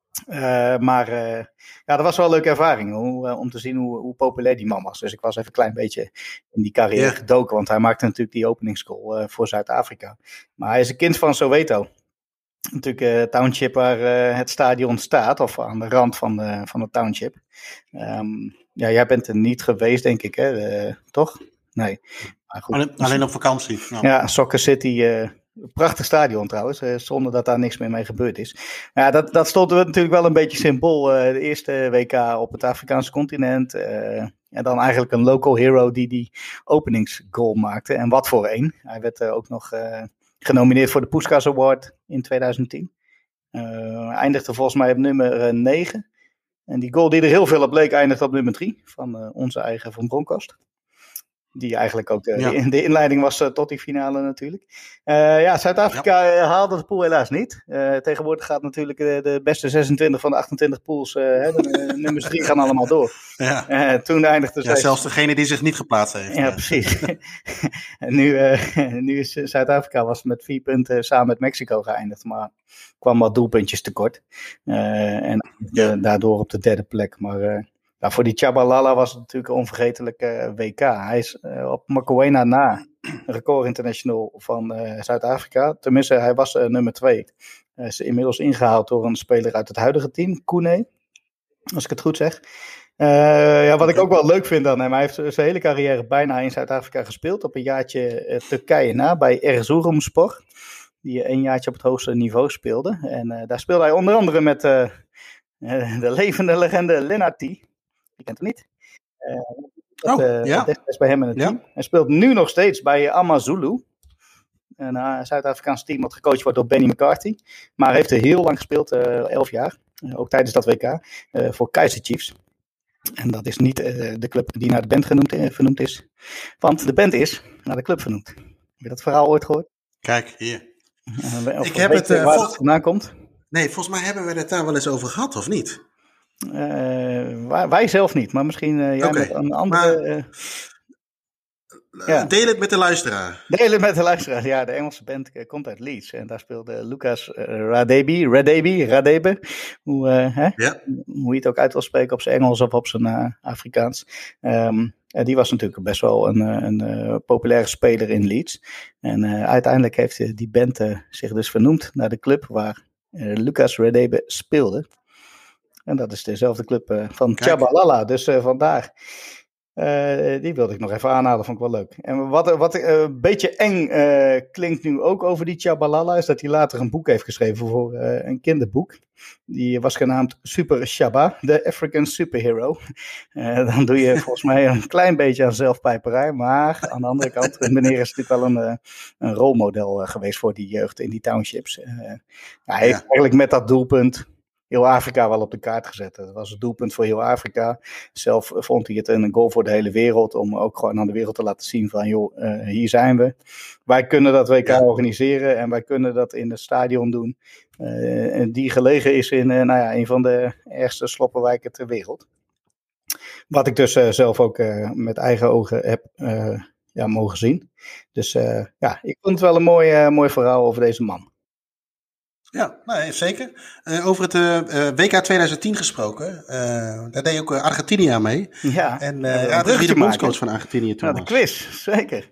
Dat was wel een leuke ervaring om te zien hoe populair die man was. Dus ik was even een klein beetje in die carrière gedoken. Want hij maakte natuurlijk die openingsgoal voor Zuid-Afrika. Maar hij is een kind van Soweto. Natuurlijk township waar het stadion staat. Of aan de rand van het township. Jij bent er niet geweest, denk ik, hè? Toch? Nee. Maar goed. Alleen op vakantie. Ja, Soccer City Prachtig stadion trouwens, zonder dat daar niks meer mee gebeurd is. Ja, dat stond natuurlijk wel een beetje symbool. De eerste WK op het Afrikaanse continent. En dan eigenlijk een local hero die openingsgoal maakte. En wat voor een. Hij werd ook nog genomineerd voor de Puskas Award in 2010. Eindigde volgens mij op nummer 9. En die goal die er heel veel op leek, eindigde op nummer 3 van onze eigen Van Bronckhorst. Die eigenlijk ook de inleiding was tot die finale natuurlijk. Zuid-Afrika haalde de pool helaas niet. Tegenwoordig gaat natuurlijk de beste 26 van de 28 pools. De nummers 3 gaan allemaal door. Ja. Toen eindigde zelfs degene die zich niet geplaatst heeft. Ja, precies. En nu is Zuid-Afrika was met 4 punten samen met Mexico geëindigd. Maar kwam wat doelpuntjes tekort. En daardoor op de derde plek. Maar... voor die Tshabalala was het natuurlijk een onvergetelijk WK. Hij is op Mokoena na record international van Zuid-Afrika. Tenminste, hij was nummer 2. Hij is inmiddels ingehaald door een speler uit het huidige team, Koene. Als ik het goed zeg. Wat ik ook wel leuk vind aan hem. Hij heeft zijn hele carrière bijna in Zuid-Afrika gespeeld. Op een jaartje Turkije na bij Erzurumspor. Die 1 jaartje op het hoogste niveau speelde. En daar speelde hij onder andere met de levende legende Lennarty. Je kent hem niet. Dat is bij hem in het team. Hij speelt nu nog steeds bij AmaZulu. Een Zuid-Afrikaans team dat gecoacht wordt door Benny McCarthy. Maar heeft er heel lang gespeeld, 11 jaar. Ook tijdens dat WK. Voor Kaizer Chiefs. En dat is niet de club die naar de band vernoemd is. Want de band is naar de club vernoemd. Heb je dat verhaal ooit gehoord? Kijk, hier. Ik heb het waar het vandaan komt? Nee, volgens mij hebben we het daar wel eens over gehad, of niet? Wij zelf niet, maar misschien met een andere... Deel het met de luisteraar. Deel het met de luisteraar. Ja, de Engelse band komt uit Leeds. En daar speelde Lucas Radebe. Hoe je het ook uit wil spreken op zijn Engels of op zijn Afrikaans. Die was natuurlijk best wel een populaire speler in Leeds. En uiteindelijk heeft die band zich dus vernoemd naar de club waar Lucas Radebe speelde. En dat is dezelfde club van Tshabalala. Dus vandaar. Die wilde ik nog even aanhalen, vond ik wel leuk. En wat een beetje eng klinkt nu ook over die Tshabalala, is dat hij later een boek heeft geschreven voor een kinderboek. Die was genaamd Super Shaba, The African Superhero. Dan doe je volgens mij een klein beetje aan zelfpijperij, maar aan de andere kant, meneer is natuurlijk wel een rolmodel geweest voor die jeugd in die townships. Hij heeft eigenlijk met dat doelpunt heel Afrika wel op de kaart gezet. Dat was het doelpunt voor heel Afrika. Zelf vond hij het een goal voor de hele wereld. Om ook gewoon aan de wereld te laten zien van hier zijn we. Wij kunnen dat WK organiseren. En wij kunnen dat in het stadion doen. Die gelegen is in een van de ergste sloppenwijken ter wereld. Wat ik dus zelf ook met eigen ogen heb mogen zien. Dus ik vond het wel een mooi verhaal over deze man. Ja, nee, zeker. Over het WK 2010 gesproken. Daar deed ook Argentinië aan mee. Ja, en wie de bondscoach van Argentinië toen was. De quiz, zeker.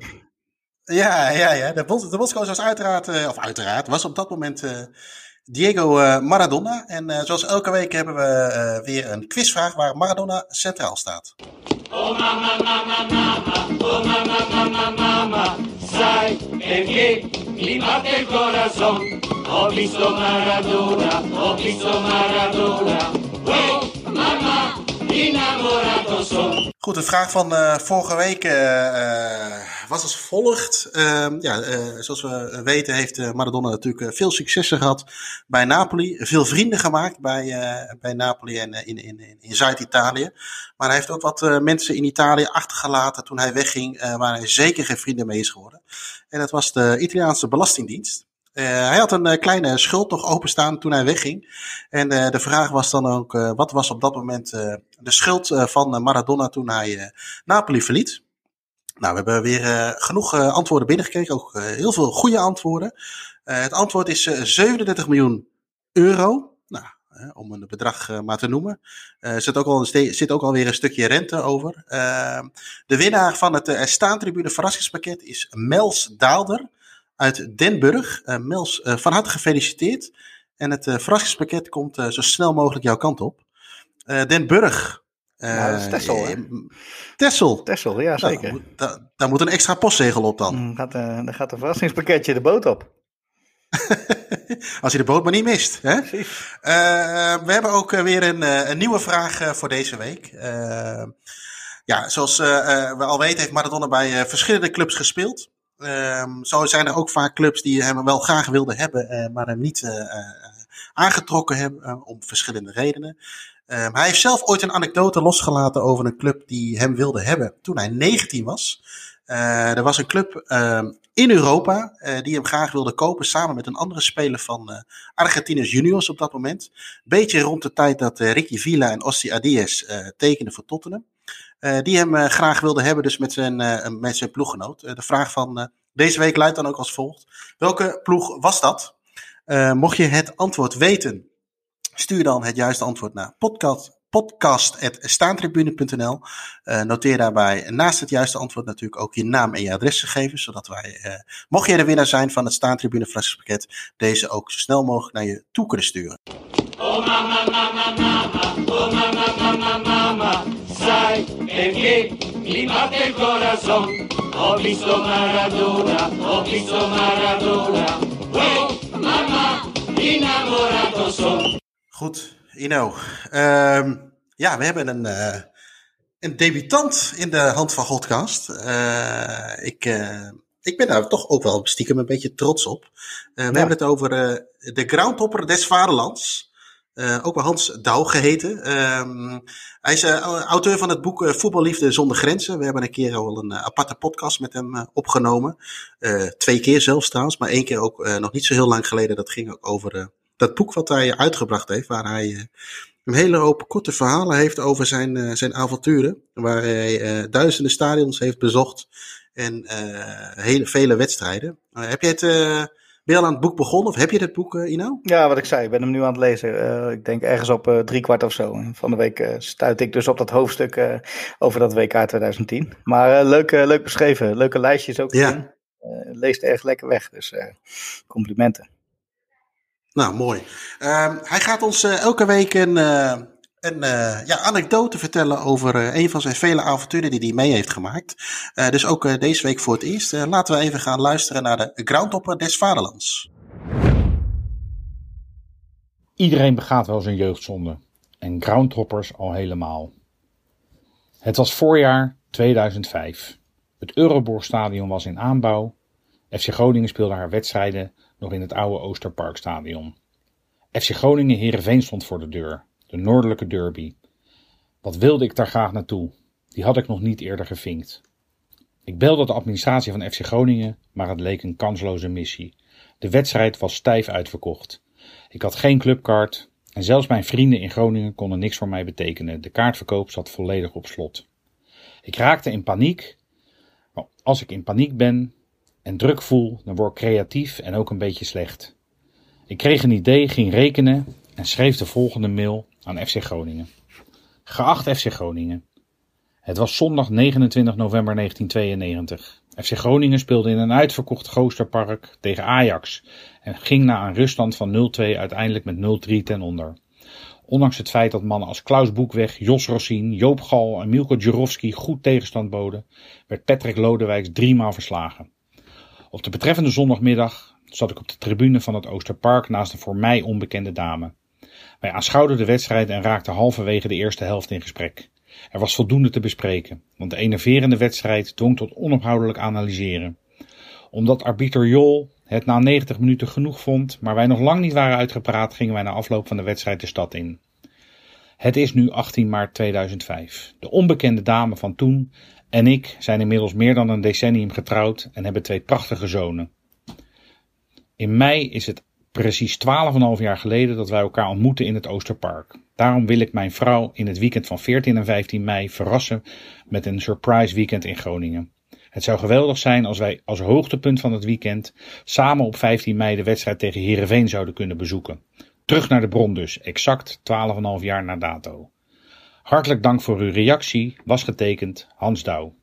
Ja. De bondscoach was uiteraard, was op dat moment Diego Maradona. En zoals elke week hebben we weer een quizvraag waar Maradona centraal staat. Oh mama, mama, mama, oh mama, mama, mama, sai perché mi batte il corazon. Ho visto Maradona, oh mama, innamorato son. Goed, de vraag van vorige week was als volgt. Zoals we weten heeft Maradona natuurlijk veel successen gehad bij Napoli. Veel vrienden gemaakt bij Napoli en in Zuid-Italië. Maar hij heeft ook wat mensen in Italië achtergelaten toen hij wegging, waar hij zeker geen vrienden mee is geworden. En dat was de Italiaanse Belastingdienst. Hij had een kleine schuld nog openstaan toen hij wegging. En de vraag was dan ook, wat was op dat moment de schuld van Maradona toen hij Napoli verliet? Nou, we hebben weer genoeg antwoorden binnengekregen, ook heel veel goede antwoorden. Het antwoord is 37 miljoen euro. Nou, om een bedrag maar te noemen. Zit ook alweer een stukje rente over. De winnaar van het staantribune verrassingspakket is Mels Daalder uit Den Burg. Mels, van harte gefeliciteerd. En het verrassingspakket komt zo snel mogelijk jouw kant op. Den Burg, Dat is Texel, hè? Texel, ja zeker. Nou, daar moet een extra postzegel op dan. Dan gaat een verrassingspakketje de boot op. Als je de boot maar niet mist. Hè? We hebben ook weer een nieuwe vraag voor deze week. Zoals we al weten heeft Maradona bij verschillende clubs gespeeld. Zo zijn er ook vaak clubs die hem wel graag wilden hebben, maar hem niet aangetrokken hebben om verschillende redenen. Hij heeft zelf ooit een anekdote losgelaten over een club die hem wilde hebben toen hij 19 was. Er was een club in Europa die hem graag wilde kopen samen met een andere speler van Argentinos Juniors op dat moment. Beetje rond de tijd dat Ricky Villa en Ossi Adiez tekenden voor Tottenham. Die hem graag wilde hebben, dus met zijn ploeggenoot. De vraag van deze week luidt dan ook als volgt. Welke ploeg was dat? Mocht je het antwoord weten, stuur dan het juiste antwoord naar podcast@staantribune.nl. Noteer daarbij naast het juiste antwoord natuurlijk ook je naam en je adresgegevens, zodat wij, mocht je de winnaar zijn van het Staantribune verrassingspakket, deze ook zo snel mogelijk naar je toe kunnen sturen. Oh mama, mama, mama, oh mama, mama, mama, sai perché mi batte il corazon. Ho visto Maradona, oh mama, innamorato son. Goed, Ino. We hebben een debutant in de Hand van Godcast. Ik ben daar toch ook wel stiekem een beetje trots op. We hebben het over de groundhopper des vaderlands. Ook wel Hans Douw geheten. Hij is auteur van het boek Voetballiefde zonder grenzen. We hebben een keer al een aparte podcast met hem opgenomen. 2 keer zelfs trouwens, maar 1 keer ook nog niet zo heel lang geleden. Dat ging ook over dat boek wat hij uitgebracht heeft, waar hij een hele hoop korte verhalen heeft over zijn avonturen. Waar hij duizenden stadions heeft bezocht en vele wedstrijden. Ben je al aan het boek begonnen of heb je dit boek, Ino? Ja, wat ik zei, ik ben hem nu aan het lezen. Ik denk ergens op 3/4 of zo. En van de week stuit ik dus op dat hoofdstuk over dat WK 2010. Maar leuk beschreven, leuke lijstjes ook. Ja. Leest erg lekker weg, dus complimenten. Nou, mooi. Hij gaat ons elke week een anekdote vertellen over een van zijn vele avonturen die hij mee heeft gemaakt. Dus ook deze week voor het eerst. Laten we even gaan luisteren naar de groundhopper des vaderlands. Iedereen begaat wel zijn jeugdzonde. En groundhoppers al helemaal. Het was voorjaar 2005. Het Euroborgstadion was in aanbouw. FC Groningen speelde haar wedstrijden nog in het oude Oosterparkstadion. FC Groningen Heerenveen stond voor de deur. De noordelijke derby. Wat wilde ik daar graag naartoe? Die had ik nog niet eerder gevinkt. Ik belde de administratie van FC Groningen, maar het leek een kansloze missie. De wedstrijd was stijf uitverkocht. Ik had geen clubkaart en zelfs mijn vrienden in Groningen konden niks voor mij betekenen. De kaartverkoop zat volledig op slot. Ik raakte in paniek. Als ik in paniek ben en druk voel, dan word ik creatief en ook een beetje slecht. Ik kreeg een idee, ging rekenen en schreef de volgende mail aan FC Groningen. Geacht FC Groningen. Het was zondag 29 november 1992. FC Groningen speelde in een uitverkocht Goosterpark tegen Ajax en ging na een ruststand van 0-2 uiteindelijk met 0-3 ten onder. Ondanks het feit dat mannen als Klaus Boekweg, Jos Rossien, Joop Gal en Milko Djurovski goed tegenstand boden, werd Patrick Lodewijks 3 maal verslagen. Op de betreffende zondagmiddag zat ik op de tribune van het Oosterpark naast een voor mij onbekende dame. Wij aanschouwden de wedstrijd en raakten halverwege de eerste helft in gesprek. Er was voldoende te bespreken, want de enerverende wedstrijd dwong tot onophoudelijk analyseren. Omdat arbiter Jol het na 90 minuten genoeg vond, maar wij nog lang niet waren uitgepraat, gingen wij na afloop van de wedstrijd de stad in. Het is nu 18 maart 2005. De onbekende dame van toen en ik zijn inmiddels meer dan een decennium getrouwd en hebben 2 prachtige zonen. In mei is het precies 12,5 jaar geleden dat wij elkaar ontmoeten in het Oosterpark. Daarom wil ik mijn vrouw in het weekend van 14 en 15 mei verrassen met een surprise weekend in Groningen. Het zou geweldig zijn als wij als hoogtepunt van het weekend samen op 15 mei de wedstrijd tegen Heerenveen zouden kunnen bezoeken. Terug naar de bron dus, exact 12,5 jaar na dato. Hartelijk dank voor uw reactie, was getekend Hans Douw.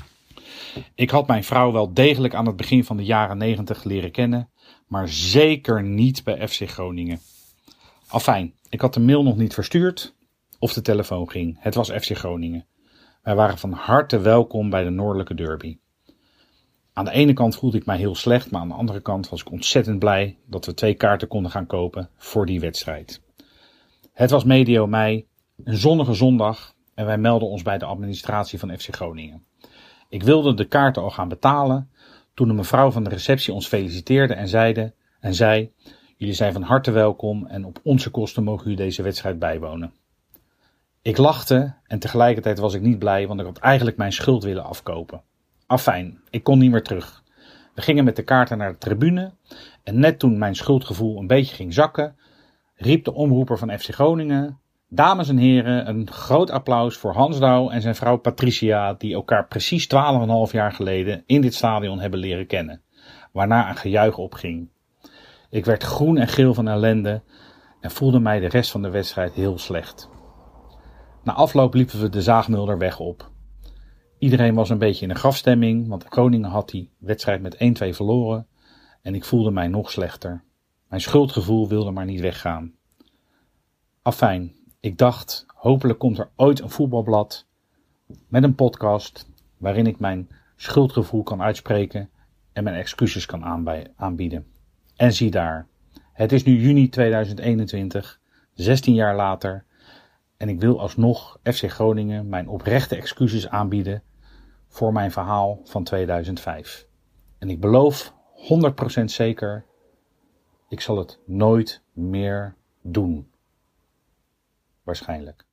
Ik had mijn vrouw wel degelijk aan het begin van de jaren 90 leren kennen, maar zeker niet bij FC Groningen. Afijn, ik had de mail nog niet verstuurd. of de telefoon ging. Het was FC Groningen. Wij waren van harte welkom bij de Noordelijke Derby. Aan de ene kant voelde ik mij heel slecht, maar aan de andere kant was ik ontzettend blij dat we 2 kaarten konden gaan kopen voor die wedstrijd. Het was medio mei, een zonnige zondag en wij melden ons bij de administratie van FC Groningen. Ik wilde de kaarten al gaan betalen toen de mevrouw van de receptie ons feliciteerde en zei: jullie zijn van harte welkom en op onze kosten mogen jullie deze wedstrijd bijwonen. Ik lachte en tegelijkertijd was ik niet blij, want ik had eigenlijk mijn schuld willen afkopen. Afijn, ik kon niet meer terug. We gingen met de kaarten naar de tribune en net toen mijn schuldgevoel een beetje ging zakken, riep de omroeper van FC Groningen: dames en heren, een groot applaus voor Hans Douw en zijn vrouw Patricia, die elkaar precies 12,5 jaar geleden in dit stadion hebben leren kennen. Waarna een gejuich opging. Ik werd groen en geel van ellende en voelde mij de rest van de wedstrijd heel slecht. Na afloop liepen we de Zaagmulderweg op. Iedereen was een beetje in een grafstemming, want Groningen had die wedstrijd met 1-2 verloren en ik voelde mij nog slechter. Mijn schuldgevoel wilde maar niet weggaan. Afijn, ik dacht, hopelijk komt er ooit een voetbalblad met een podcast waarin ik mijn schuldgevoel kan uitspreken en mijn excuses kan aanbieden. En zie daar, het is nu juni 2021, 16 jaar later, en ik wil alsnog FC Groningen mijn oprechte excuses aanbieden voor mijn verhaal van 2005. En ik beloof 100% zeker, ik zal het nooit meer doen. Waarschijnlijk.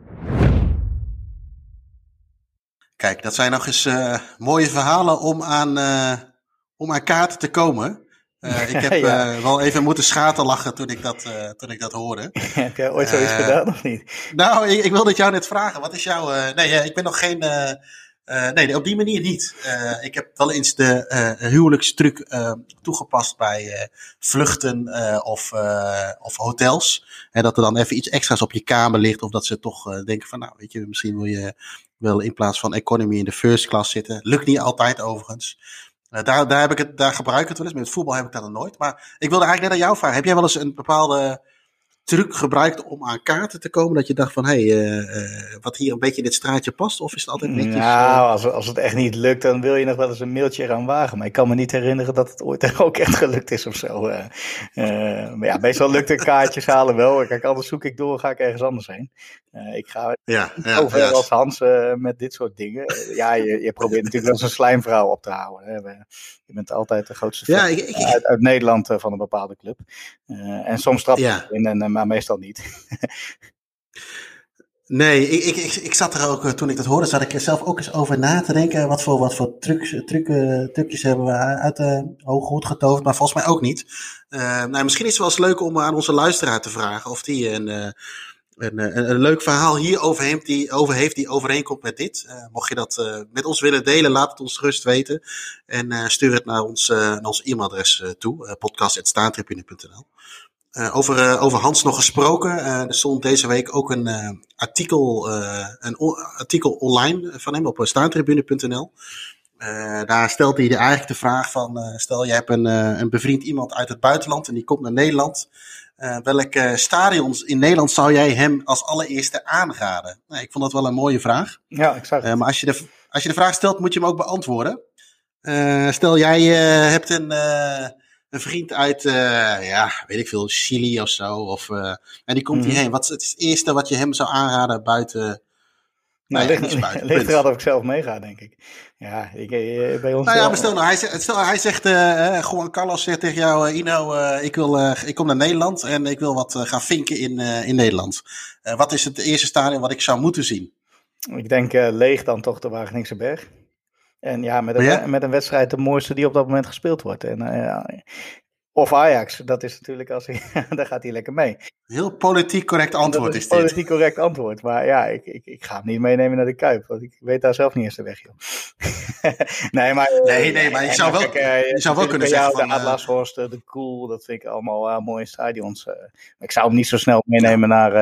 Kijk, dat zijn nog eens mooie verhalen om aan kaarten te komen. Ik heb wel even moeten schaterlachen toen ik dat hoorde. Heb jij ooit zoiets gedaan of niet? Nou, ik wilde het jou net vragen. Wat is jouw... ik ben nog geen... nee, op die manier niet. Ik heb wel eens de huwelijkstruc toegepast bij vluchten of hotels. En dat er dan even iets extra's op je kamer ligt. Of dat ze toch denken van, nou, weet je, misschien wil je wel in plaats van economy in de first class zitten. Lukt niet altijd overigens. Daar gebruik ik het wel eens. Met het voetbal heb ik dat nog nooit. Maar ik wilde eigenlijk net aan jou vragen. Heb jij wel eens een bepaalde truc gebruikt om aan kaarten te komen? Dat je dacht van, wat hier een beetje in dit straatje past? Of is het altijd netjes? Nou, als het echt niet lukt, dan wil je nog wel eens een mailtje eraan wagen. Maar ik kan me niet herinneren dat het ooit ook echt gelukt is of zo. Maar ja, meestal lukt een kaartjes halen wel. Kijk, anders zoek ik door, ga ik ergens anders heen. Ik ga overal als Hans met dit soort dingen. Je probeert natuurlijk wel eens een slijmvrouw op te houden. Hè. Je bent altijd de grootste fan uit Nederland van een bepaalde club. En soms trap je in, maar meestal niet. Nee, ik zat er ook, toen ik dat hoorde, zat ik er zelf ook eens over na te denken. Wat voor trucjes hebben we uit de hoge hoed getoverd, maar volgens mij ook niet. Misschien is het wel eens leuk om aan onze luisteraar te vragen of die een leuk verhaal hierover heeft die overeenkomt met dit. Mocht je dat met ons willen delen, laat het ons gerust weten. En stuur het naar ons e-mailadres toe, podcast@staantribune.nl. Over Hans nog gesproken. Er stond deze week ook een artikel online van hem op staantribune.nl. Daar stelt hij eigenlijk de vraag van, stel je hebt een bevriend iemand uit het buitenland en die komt naar Nederland. Welke stadions in Nederland zou jij hem als allereerste aanraden? Nou, ik vond dat wel een mooie vraag. Ja, exact. Maar als je de vraag stelt, moet je hem ook beantwoorden. Stel jij hebt een vriend uit, weet ik veel, Chili of zo. En die komt hierheen. Wat is het eerste wat je hem zou aanraden buiten... ligt er al of ik zelf meega, denk ik. Ja, bij ons... maar stel nou, hij zegt, Juan Carlos zegt tegen jou, Ino, ik kom naar Nederland en ik wil wat gaan vinken in Nederland. Wat is het eerste stadion wat ik zou moeten zien? Ik denk leeg dan toch de Wageningse Berg. En ja, met een wedstrijd de mooiste die op dat moment gespeeld wordt. Of Ajax, dat is natuurlijk daar gaat hij lekker mee. Heel politiek correct antwoord is dit. Politiek correct antwoord, maar ja, ik ga hem niet meenemen naar de Kuip, want ik weet daar zelf niet eens de weg, joh. Nee, maar je zou wel kunnen zeggen van... De Adlershorst, de Koel, dat vind ik allemaal mooie stadions. Maar ik zou hem niet zo snel meenemen naar...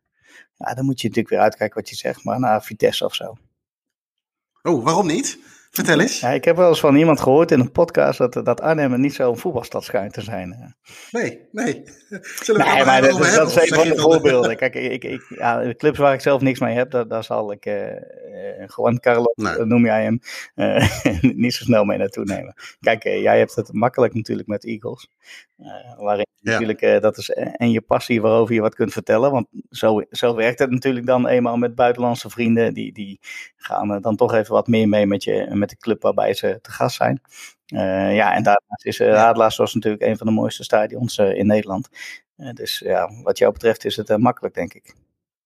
dan moet je natuurlijk weer uitkijken wat je zegt, maar naar Vitesse of zo. Oh, waarom niet? Vertel eens. Ja, ik heb wel eens van iemand gehoord in een podcast dat Arnhem niet zo'n voetbalstad schijnt te zijn. Nee. Maar dat is een van de voorbeelden. Kijk, de clubs waar ik zelf niks mee heb, daar zal ik gewoon Carlos, noem jij hem, niet zo snel mee naartoe nemen. Kijk, jij hebt het makkelijk natuurlijk met Eagles. Waarin natuurlijk, dat is en je passie waarover je wat kunt vertellen. Want zo werkt het natuurlijk dan eenmaal met buitenlandse vrienden. Die gaan dan toch even wat meer mee met de club waarbij ze te gast zijn. En daarnaast is Adelaar natuurlijk een van de mooiste stadions in Nederland. Dus ja, wat jou betreft is het makkelijk, denk ik.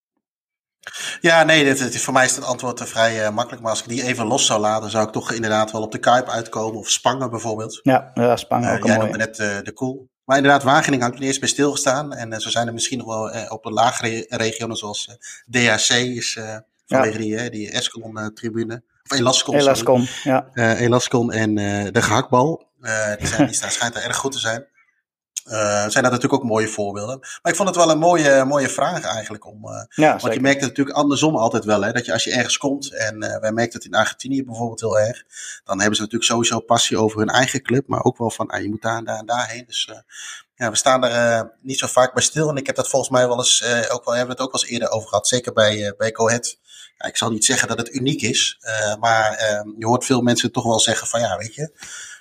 Ja, nee, voor mij is het antwoord vrij makkelijk. Maar als ik die even los zou laten, zou ik toch inderdaad wel op de Kuip uitkomen. Of Spangen bijvoorbeeld. Ja Spangen ook jij mooi. noemde net de Koel. Maar inderdaad, Wageningen hangt er eerst bij stilgestaan. En zo zijn er misschien nog wel op de lagere regionen zoals DHC is vanwege die Escalon-tribune. Of Elascon. Ja. Elascon en de gehaktbal. Die schijnt er erg goed te zijn. Zijn dat natuurlijk ook mooie voorbeelden. Maar ik vond het wel een mooie vraag eigenlijk. Want je merkt het natuurlijk andersom altijd wel. Hè, dat je als je ergens komt, en wij merken het in Argentinië bijvoorbeeld heel erg. Dan hebben ze natuurlijk sowieso passie over hun eigen club. Maar ook wel van, je moet daar en daarheen. Dus we staan er niet zo vaak bij stil. En ik heb dat volgens mij wel eens, hebben we het ook wel eens eerder over gehad. Zeker bij Go Ahead. Ja, ik zal niet zeggen dat het uniek is. Maar je hoort veel mensen toch wel zeggen van, weet je...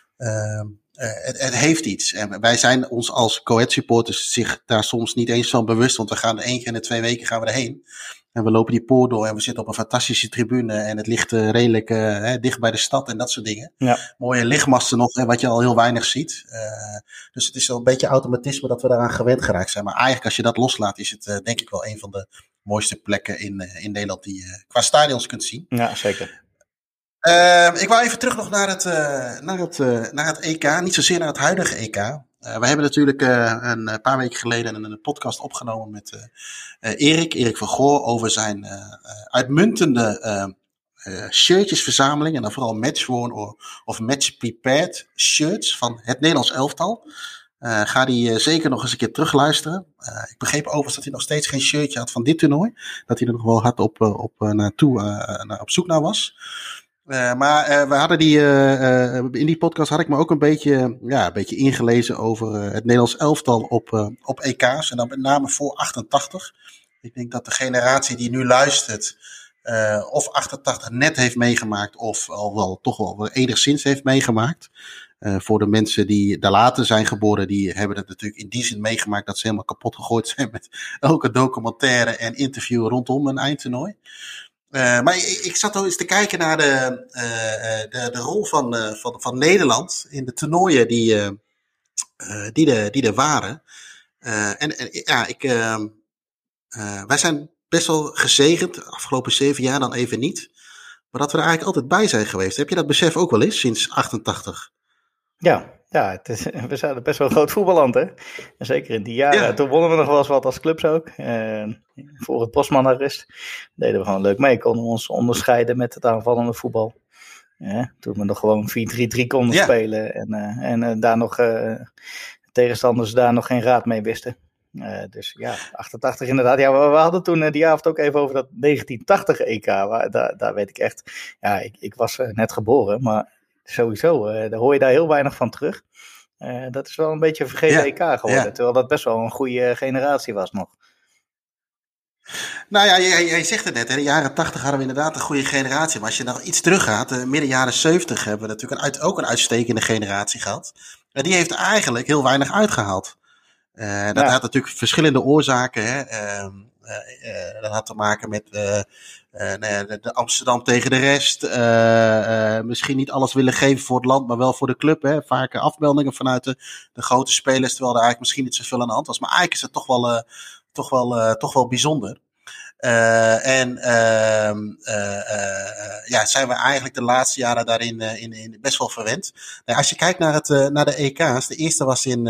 Het heeft iets. En wij zijn ons als Go Ahead supporters zich daar soms niet eens van bewust. Want we gaan 1 keer in de 2 weken gaan we erheen. En we lopen die poort door en we zitten op een fantastische tribune. En het ligt redelijk dicht bij de stad en dat soort dingen. Ja. Mooie lichtmasten nog, wat je al heel weinig ziet. Dus het is wel een beetje automatisme dat we daaraan gewend geraakt zijn. Maar eigenlijk als je dat loslaat is het denk ik wel een van de mooiste plekken in Nederland die je qua stadions kunt zien. Ja, zeker. Ik wou even terug nog naar het EK. Niet zozeer naar het huidige EK. We hebben natuurlijk een paar weken geleden een podcast opgenomen met Erik van Goor over zijn uitmuntende shirtjesverzameling. En dan vooral match-worn of match-prepared shirts van het Nederlands elftal. Ga die zeker nog eens een keer terugluisteren. Ik begreep overigens dat hij nog steeds geen shirtje had van dit toernooi. Dat hij er nog wel hard op zoek naar was. Maar we hadden in die podcast had ik me ook een beetje ingelezen over het Nederlands elftal op EK's. En dan met name voor 88. Ik denk dat de generatie die nu luistert of 88 net heeft meegemaakt of al wel toch wel enigszins heeft meegemaakt. Voor de mensen die daar later zijn geboren, die hebben het natuurlijk in die zin meegemaakt dat ze helemaal kapot gegooid zijn met elke documentaire en interview rondom een eindtoernooi. Maar ik zat al eens te kijken naar de rol van Nederland in de toernooien die er waren. Wij zijn best wel gezegend, de afgelopen 7 jaar dan even niet. Maar dat we er eigenlijk altijd bij zijn geweest. Heb je dat besef ook wel eens sinds 88? Ja, we zijn best wel een groot voetballand, hè. En zeker in die jaren. Ja. Toen wonnen we nog wel eens wat als clubs ook. Voor het Bosman-arrest deden we gewoon leuk mee. Konden we ons onderscheiden met het aanvallende voetbal. Toen we nog gewoon 4-3-3 konden spelen. En daar nog tegenstanders daar nog geen raad mee wisten. Dus ja, 88 inderdaad. Ja, we hadden toen die avond ook even over dat 1980 EK. Daar weet ik echt... Ja, ik was net geboren, maar... Sowieso, daar hoor je daar heel weinig van terug. Dat is wel een beetje een vergeten EK geworden. Terwijl dat best wel een goede generatie was nog. Nou ja, jij zegt het net. Hè, de jaren 80 hadden we inderdaad een goede generatie. Maar als je nog iets teruggaat, midden jaren 70 hebben we natuurlijk ook een uitstekende generatie gehad. Die heeft eigenlijk heel weinig uitgehaald. Dat had natuurlijk verschillende oorzaken. Hè. Dat had te maken met de Amsterdam tegen de rest. Misschien niet alles willen geven voor het land, maar wel voor de club. Hè. Vaak afmeldingen vanuit de grote spelers, terwijl er eigenlijk misschien niet zoveel aan de hand was. Maar eigenlijk is het toch wel bijzonder. Zijn we eigenlijk de laatste jaren daarin best wel verwend. Nou, als je kijkt naar de EK's, de eerste was in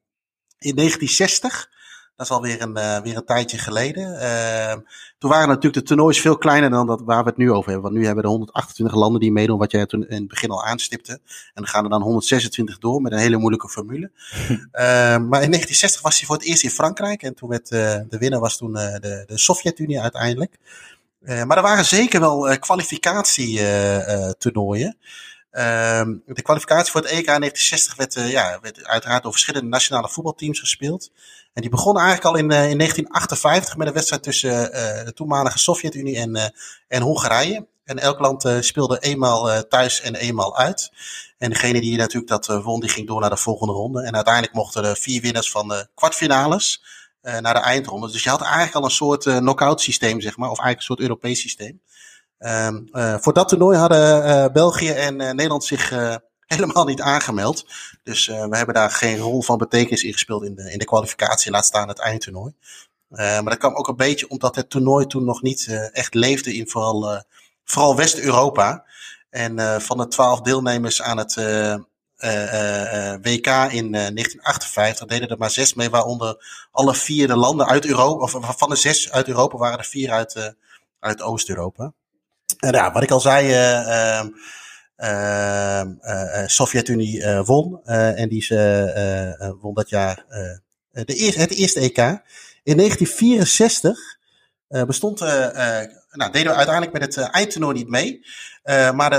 1960. Dat is alweer een tijdje geleden. Toen waren natuurlijk de toernoois veel kleiner dan dat waar we het nu over hebben. Want nu hebben we 128 landen die meedoen, wat jij toen in het begin al aanstipte. En dan gaan er dan 126 door met een hele moeilijke formule. Maar in 1960 was hij voor het eerst in Frankrijk. En toen de winnaar was toen de Sovjet-Unie uiteindelijk. Maar er waren zeker wel kwalificatietoernooien. De kwalificatie voor het EK in 1960 werd uiteraard door verschillende nationale voetbalteams gespeeld. En die begon eigenlijk al in 1958 met een wedstrijd tussen de toenmalige Sovjet-Unie en Hongarije. En elk land speelde eenmaal thuis en eenmaal uit. En degene die natuurlijk dat won, die ging door naar de volgende ronde. En uiteindelijk mochten de 4 winnaars van de kwartfinales naar de eindronde. Dus je had eigenlijk al een soort knock-out systeem, zeg maar. Of eigenlijk een soort Europees systeem. Voor dat toernooi hadden België en Nederland zich helemaal niet aangemeld. Dus we hebben daar geen rol van betekenis in gespeeld in de kwalificatie. Laat staan het eindtoernooi. Maar dat kwam ook een beetje omdat het toernooi toen nog niet echt leefde in vooral West-Europa. En van de 12 deelnemers aan het WK in 1958 deden er maar 6 mee, waaronder alle 4 de landen uit Europa. Of van de 6 uit Europa waren er 4 uit Oost-Europa. En ja, wat ik al zei, Sovjet-Unie won. En die won dat jaar het eerste EK. In 1964 deden we uiteindelijk met het eindtoernooi niet mee. Maar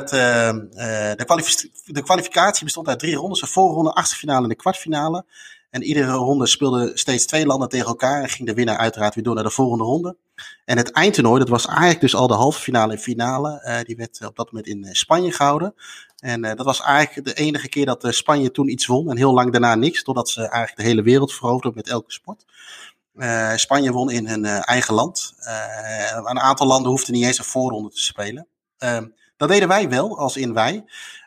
de kwalificatie bestond uit 3 rondes. Een voorronde, achterfinale en de kwartfinale. En iedere ronde speelden steeds 2 landen tegen elkaar. En ging de winnaar uiteraard weer door naar de volgende ronde. En het eindtoernooi, dat was eigenlijk dus al de halve finale en finale. Die werd op dat moment in Spanje gehouden. En dat was eigenlijk de enige keer dat Spanje toen iets won. En heel lang daarna niks. Totdat ze eigenlijk de hele wereld veroverden met elke sport. Spanje won in hun eigen land. Een aantal landen hoefden niet eens een voorronde te spelen. Dat deden wij wel, als in wij.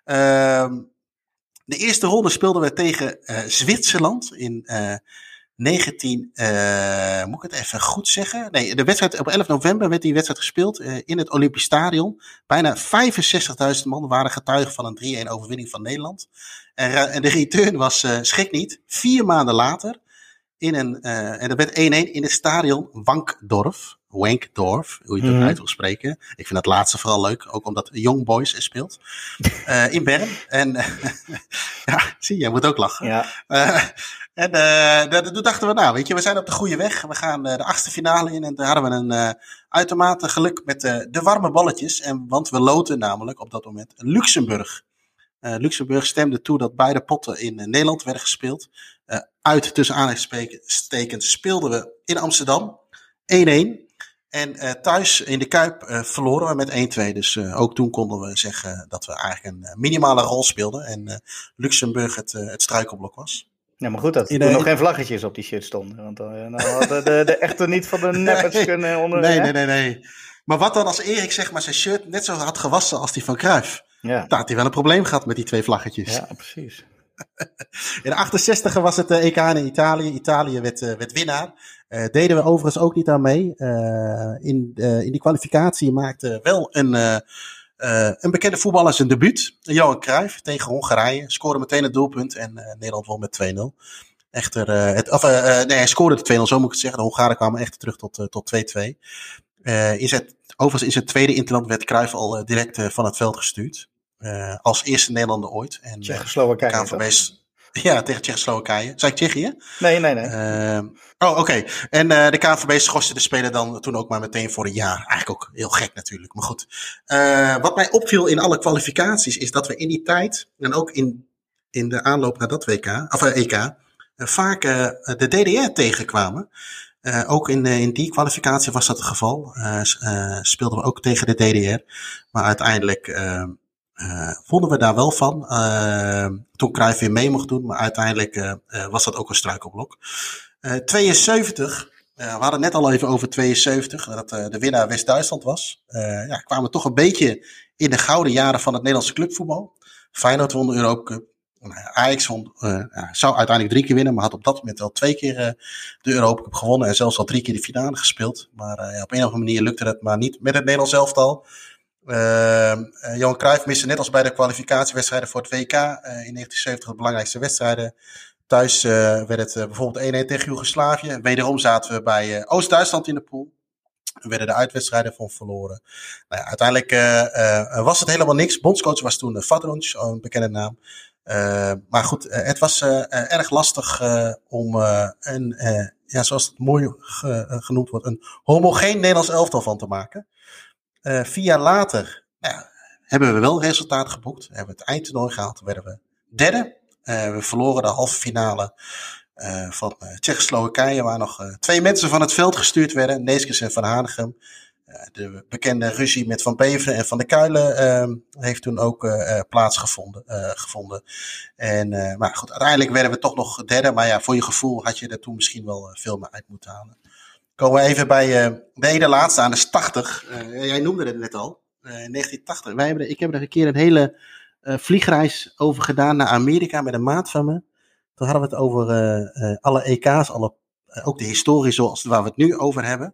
De eerste ronde speelden we tegen Zwitserland in 19... moet ik het even goed zeggen? Nee, de wedstrijd op 11 november werd die wedstrijd gespeeld in het Olympisch Stadion. Bijna 65.000 man waren getuigen van een 3-1 overwinning van Nederland. En de return was, schrik niet, 4 maanden later. En dat werd 1-1 in het stadion Wankdorf, hoe je het ook uit wil spreken. Ik vind dat laatste vooral leuk, ook omdat Young Boys speelt. In Bern. En ja, zie je, jij moet ook lachen. Ja. Toen dachten we, nou, weet je, we zijn op de goede weg. We gaan de 8e finale in en daar hadden we een uitermate geluk met de warme balletjes. Want we loten namelijk op dat moment Luxemburg. Luxemburg stemde toe dat beide potten in Nederland werden gespeeld. Uit tussen aanhalingstekens speelden we in Amsterdam 1-1. En thuis in de Kuip verloren we met 1-2. Dus ook toen konden we zeggen dat we eigenlijk een minimale rol speelden. En Luxemburg het struikelblok was. Ja, maar goed dat er nog geen vlaggetjes op die shit stonden. Want dan hadden de echte niet van de neppers kunnen onder. Nee. Maar wat dan als Erik zeg maar zijn shirt net zo had gewassen als die van Cruijff? Ja. Dan had hij wel een probleem gehad met die 2 vlaggetjes. Ja, precies. In de 68 was het EK in Italië. Italië werd winnaar. Deden we overigens ook niet aan mee. In die kwalificatie maakte wel een bekende voetballer zijn debuut. Johan Cruijff tegen Hongarije. Scoorde meteen het doelpunt en Nederland won met 2-0. Echter, hij scoorde de 2-0, zo moet ik het zeggen. De Hongaren kwamen echt terug tot 2-2. Overigens in zijn tweede interland werd Cruijff al direct van het veld gestuurd. Als eerste Nederlander ooit. En Tsjechoslowakije. Ja, tegen Tsjechoslowakije. Zei ik Tsjechië? Nee. Oké. En de KNVB schorste de speler dan toen ook maar meteen voor een jaar. Eigenlijk ook heel gek natuurlijk, maar goed. Wat mij opviel in alle kwalificaties is dat we in die tijd, en ook in de aanloop naar dat EK, vaak de DDR tegenkwamen. Ook in die kwalificatie was dat het geval. Speelden we ook tegen de DDR. Maar uiteindelijk vonden we daar wel van. Toen Cruijff weer mee mocht doen. Maar uiteindelijk was dat ook een struikelblok. 72. We hadden het net al even over 72. Dat de winnaar West-Duitsland was. Kwamen we toch een beetje in de gouden jaren van het Nederlandse clubvoetbal. Feyenoord won de Europa Cup. Ajax zou uiteindelijk 3 keer winnen, maar had op dat moment al 2 keer de Europa Cup gewonnen en zelfs al 3 keer de finale gespeeld. Maar op een of andere manier lukte het maar niet met het Nederlands elftal. Johan Cruijff miste net als bij de kwalificatiewedstrijden voor het WK in 1970 de belangrijkste wedstrijden. Thuis werd het bijvoorbeeld 1-1 tegen Joegoslavië. Wederom zaten we bij Oost-Duitsland in de pool. We werden de uitwedstrijden van verloren. Uiteindelijk was het helemaal niks. Bondscoach was toen Vadronj, een bekende naam. Maar goed, het was erg lastig om zoals het mooi genoemd wordt, een homogeen Nederlands elftal van te maken. 4 jaar later hebben we wel resultaat geboekt. We hebben het eindtoernooi gehaald. Toen werden we derde. We verloren de halve finale van Tsjechoslowakije, waar nog 2 mensen van het veld gestuurd werden. Neeskens en Van Hanegem. De bekende ruzie met Van Beveren en Van der Kuilen heeft toen ook plaatsgevonden. Maar goed, uiteindelijk werden we toch nog derde. Maar ja, voor je gevoel had je er toen misschien wel veel meer uit moeten halen. Komen we even bij de ene laatste aan, de 80. Jij noemde het net al. In 1980. Ik heb er een keer een hele vliegreis over gedaan naar Amerika met een maat van me. Toen hadden we het over alle EK's, ook de historie zoals waar we het nu over hebben.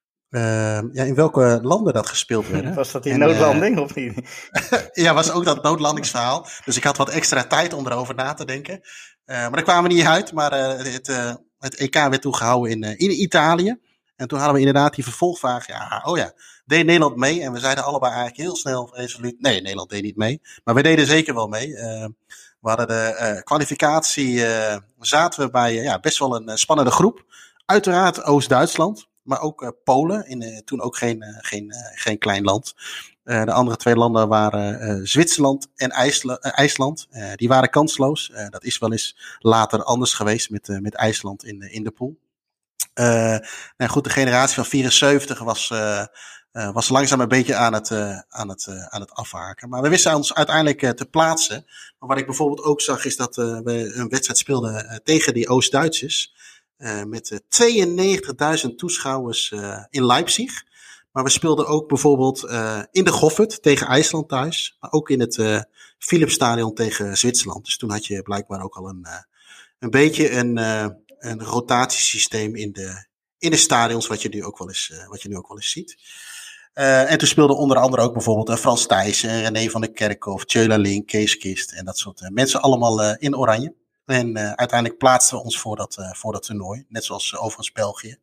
In welke landen dat gespeeld werden. Was dat die noodlanding of niet? Ja, was ook dat noodlandingsverhaal. Dus ik had wat extra tijd om erover na te denken. Maar daar kwamen we niet uit. Maar het EK werd toen gehouden in Italië. En toen hadden we inderdaad die vervolgvraag. Deed Nederland mee? En we zeiden allebei eigenlijk heel snel resoluut. Nee, Nederland deed niet mee. Maar we deden zeker wel mee. We hadden de kwalificatie. Zaten we bij best wel een spannende groep. Uiteraard Oost-Duitsland. Maar ook Polen, toen ook geen klein land. De andere 2 landen waren Zwitserland en IJsland. Die waren kansloos. Dat is wel eens later anders geweest met IJsland in de pool. Goed, de generatie van 74 was langzaam een beetje aan het afhaken. Maar we wisten ons uiteindelijk te plaatsen. Maar wat ik bijvoorbeeld ook zag is dat we een wedstrijd speelden tegen die Oost-Duitsers. Met 92.000 toeschouwers in Leipzig. Maar we speelden ook bijvoorbeeld in de Goffert tegen IJsland thuis. Maar ook in het Philipsstadion tegen Zwitserland. Dus toen had je blijkbaar ook al een beetje een rotatiesysteem in de stadions. Wat je nu ook wel eens ziet. En toen speelden onder andere ook bijvoorbeeld Frans Thijssen, René van der Kerkhof, Tjöla Link, Kees Kist. En dat soort mensen allemaal in oranje. En uiteindelijk plaatsten we ons voor dat toernooi. Net zoals overigens België.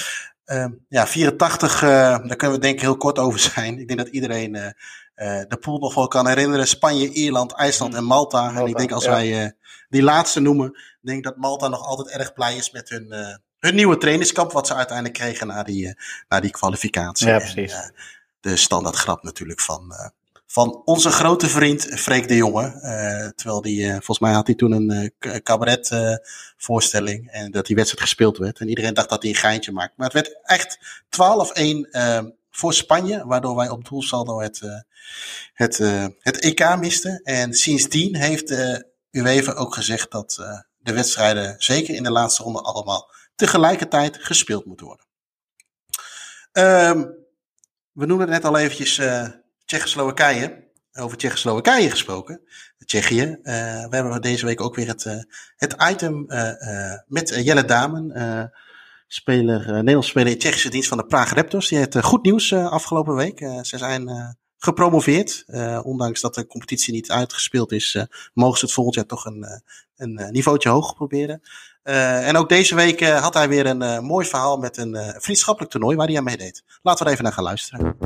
84, daar kunnen we denk ik heel kort over zijn. Ik denk dat iedereen de pool nog wel kan herinneren. Spanje, Ierland, IJsland en Malta. En ik denk als wij die laatste noemen, denk ik dat Malta nog altijd erg blij is met hun nieuwe trainingskamp. Wat ze uiteindelijk kregen na die kwalificatie. Ja, precies. En, de standaard grap natuurlijk van onze grote vriend Freek de Jonge. Terwijl volgens mij had hij toen een cabaretvoorstelling. En dat die wedstrijd gespeeld werd. En iedereen dacht dat hij een geintje maakte. Maar het werd echt 12-1 voor Spanje. Waardoor wij op doelsaldo het EK misten. En sindsdien heeft UEFA ook gezegd dat de wedstrijden zeker in de laatste ronde allemaal tegelijkertijd gespeeld moeten worden. We noemden het net al eventjes Tsjechoslowakije. Over Tsjechoslowakije gesproken. Tsjechië. We hebben deze week ook weer het item met Jelle Damen. Nederlands speler in Tsjechische dienst van de Praag Raptors. Die heeft goed nieuws afgelopen week. Ze zijn gepromoveerd. Ondanks dat de competitie niet uitgespeeld is, mogen ze het volgend jaar toch een niveautje hoger proberen. En ook deze week had hij weer een mooi verhaal met een vriendschappelijk toernooi waar hij aan meedeed. Laten we er even naar gaan luisteren.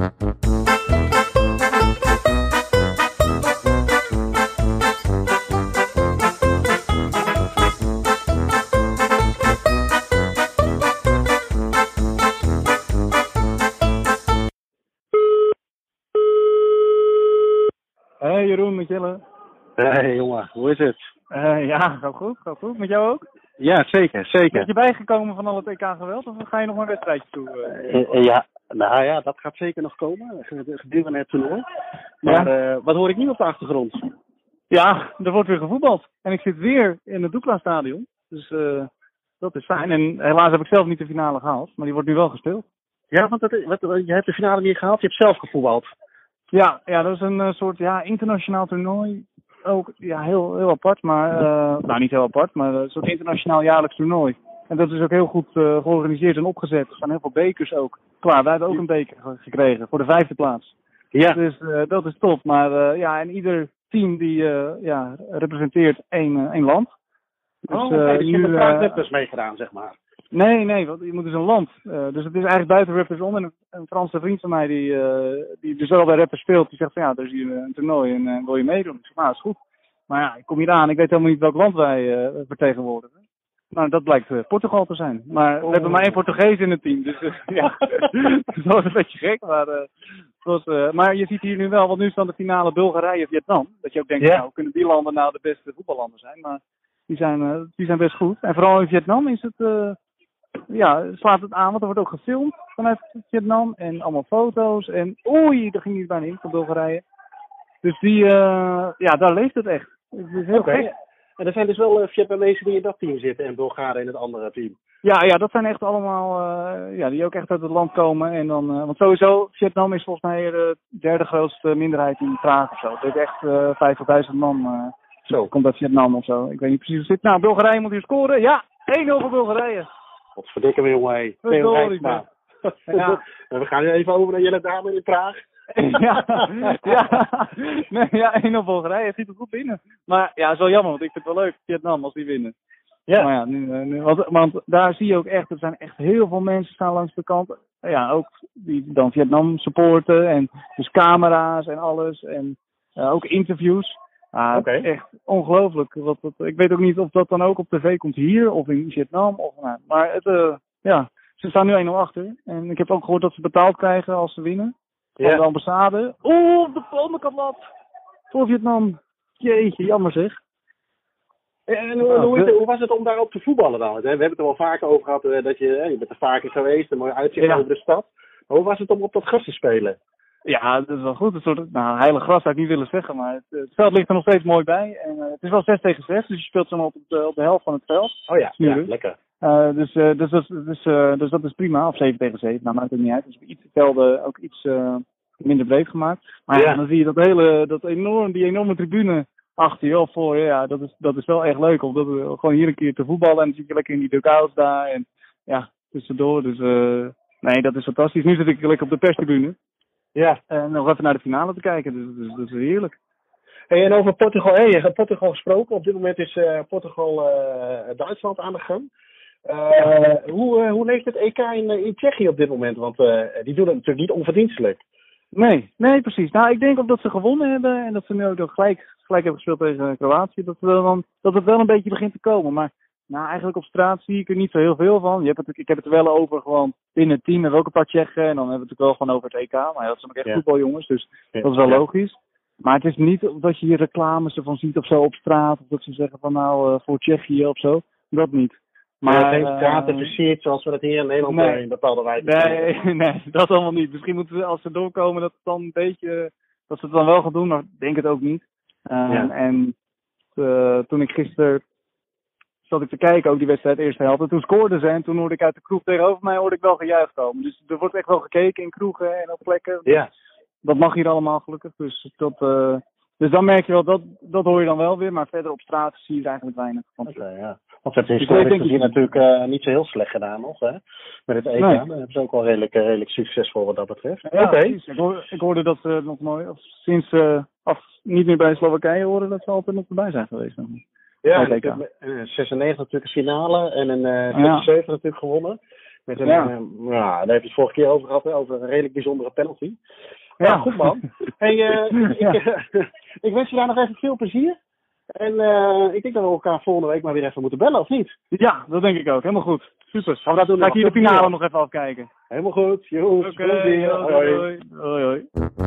Hey Jeroen, met Jelle. Hey jongen, hoe is het? Ja, gaat goed. Met jou ook? Ja, zeker. Ben je bijgekomen van al het EK-geweld of ga je nog maar een wedstrijdje toe? Ja, dat gaat zeker nog komen, gedurende het toernooi. Maar wat hoor ik nu op de achtergrond? Ja, er wordt weer gevoetbald. En ik zit weer in het Doekla-stadion. Dus dat is fijn. En helaas heb ik zelf niet de finale gehaald, maar die wordt nu wel gespeeld. Ja, want je hebt de finale niet gehaald, je hebt zelf gevoetbald. Ja, dat is een soort internationaal toernooi. Ook heel apart, maar niet heel apart, maar een soort internationaal jaarlijks toernooi. En dat is ook heel goed georganiseerd en opgezet. Er staan heel veel bekers ook klaar. Wij hebben ook een beker gekregen voor de 5e plaats. Ja. Dus dat is top. Maar en ieder team die representeert één land. Dus, dus je hebt de Praag Raptors meegedaan, zeg maar. Nee, want je moet dus een land. Dus het is eigenlijk buiten Rappers om. En een Franse vriend van mij die dus wel bij Rappers speelt, die zegt van er is hier een toernooi en wil je meedoen? Ik zeg, dat is goed. Maar ik kom hier aan, ik weet helemaal niet welk land wij vertegenwoordigen. Nou, dat blijkt Portugal te zijn. Maar we hebben maar 1 Portugees in het team. Dus ja, dat was een beetje gek. Maar je ziet hier nu wel, want nu is dan de finale Bulgarije-Vietnam. Dat je ook denkt, nou, kunnen die landen nou de beste voetballanden zijn? Maar die zijn best goed. En vooral in Vietnam is het, slaat het aan, want er wordt ook gefilmd vanuit Vietnam. En allemaal foto's. En oei, daar ging niet bijna in van Bulgarije. Dus daar leeft het echt. Het is heel gek. En er zijn dus wel Vietnamezen die in dat team zitten en Bulgaren in het andere team. Ja, dat zijn echt allemaal, die ook echt uit het land komen. En dan, want sowieso, Vietnam is volgens mij de 3e grootste minderheid in Praag of zo. Het is echt 50.000 man. Komt uit Vietnam of zo. Ik weet niet precies hoe het zit. Nou, Bulgarije moet hier scoren. Ja, 1-0 voor Bulgarije. Wat verdikken we, jongen. Ja. We gaan nu even over naar Jelle Dame in Praag. Nee, 1-0 Bulgarije. Het ziet er goed binnen. Maar ja, het is wel jammer, want ik vind het wel leuk, Vietnam, als die winnen. Ja. Maar ja, nu, want daar zie je ook echt, er zijn echt heel veel mensen staan langs de kant. Ja, ook die dan Vietnam supporten. En dus camera's en alles. En ook interviews. Echt ongelooflijk. Ik weet ook niet of dat dan ook op tv komt hier of in Vietnam. Maar ze staan nu 1-0 achter. En ik heb ook gehoord dat ze betaald krijgen als ze winnen. Van de ambassade. De onderkant lat. Voor Vietnam. Jeetje, jammer zeg. En hoe was het om daarop te voetballen dan? We hebben het er wel vaker over gehad, dat je bent er vaker geweest, een mooi uitzicht over de stad. Maar hoe was het om op dat gras te spelen? Ja, dat is wel goed. Een soort heilig gras zou ik niet willen zeggen, maar het veld ligt er nog steeds mooi bij. En het is wel 6 tegen 6, dus je speelt zomaar op de helft van het veld. Oh ja, lekker. Dus dat is prima, of 7 tegen 7, nou maakt het niet uit. Dus de velden ook iets minder breed gemaakt. Maar dan zie je die enorme tribune achter je of voor je. Ja, dat is wel echt leuk, om gewoon hier een keer te voetballen. En dan zit je lekker in die dugouts daar en tussendoor. Dus nee, dat is fantastisch. Nu zit ik lekker op de perstribune. Ja. En nog even naar de finale te kijken, dus dat is heerlijk. Hey, en over Portugal, je hebt Portugal gesproken. Op dit moment is Portugal-Duitsland aan de gang. Hoe leeft het EK in Tsjechië op dit moment? Want die doen het natuurlijk niet onverdienstelijk. Nee, precies. Nou, ik denk ook dat ze gewonnen hebben en dat ze nu ook gelijk hebben gespeeld tegen Kroatië. Dat het wel een beetje begint te komen. Maar eigenlijk op straat zie ik er niet zo heel veel van. Ik heb het er wel over gewoon binnen het team. We hebben ook een paar Tsjechen en dan hebben we het ook wel gewoon over het EK. Maar dat zijn ook echt voetbaljongens, dus dat is wel logisch. Maar het is niet dat je hier reclames ervan ziet of zo op straat. Of dat ze zeggen van voor Tsjechië of zo. Dat niet. Maar geen straten versierd zoals we dat hier in Nederland in bepaalde wijken. Nee, dat allemaal niet. Misschien moeten ze, als ze doorkomen, dat het dan een beetje, dat ze het dan wel gaan doen, maar ik denk het ook niet. En toen ik gisteren zat ik te kijken, ook die wedstrijd eerste helft, en toen scoorden ze en toen hoorde ik uit de kroeg tegenover mij wel gejuich komen. Dus er wordt echt wel gekeken in kroegen en op plekken. Ja. Dat mag hier allemaal gelukkig, dus dan merk je wel, dat hoor je dan wel weer, maar verder op straat zie je er eigenlijk weinig van. Ja. Want het is hier natuurlijk niet zo heel slecht gedaan nog, hè? Met het EK. Dan hebben ze ook wel redelijk succesvol wat dat betreft. Ja, precies. Ik hoorde dat ze nog nooit, of sinds niet meer bij Slowakije horen, dat ze altijd nog erbij zijn geweest. Ja, in 96 natuurlijk een finale en in 77 natuurlijk gewonnen. Met daar hebben we het vorige keer over gehad, over een redelijk bijzondere penalty. Ja, goed man. Hey, ik wens je daar nog even veel plezier. En ik denk dat we elkaar volgende week maar weer even moeten bellen, of niet? Ja, dat denk ik ook. Helemaal goed. Super. Gaan we dat doen? Ga ik hier de finale nog even afkijken. Helemaal goed. Oké. Hoi.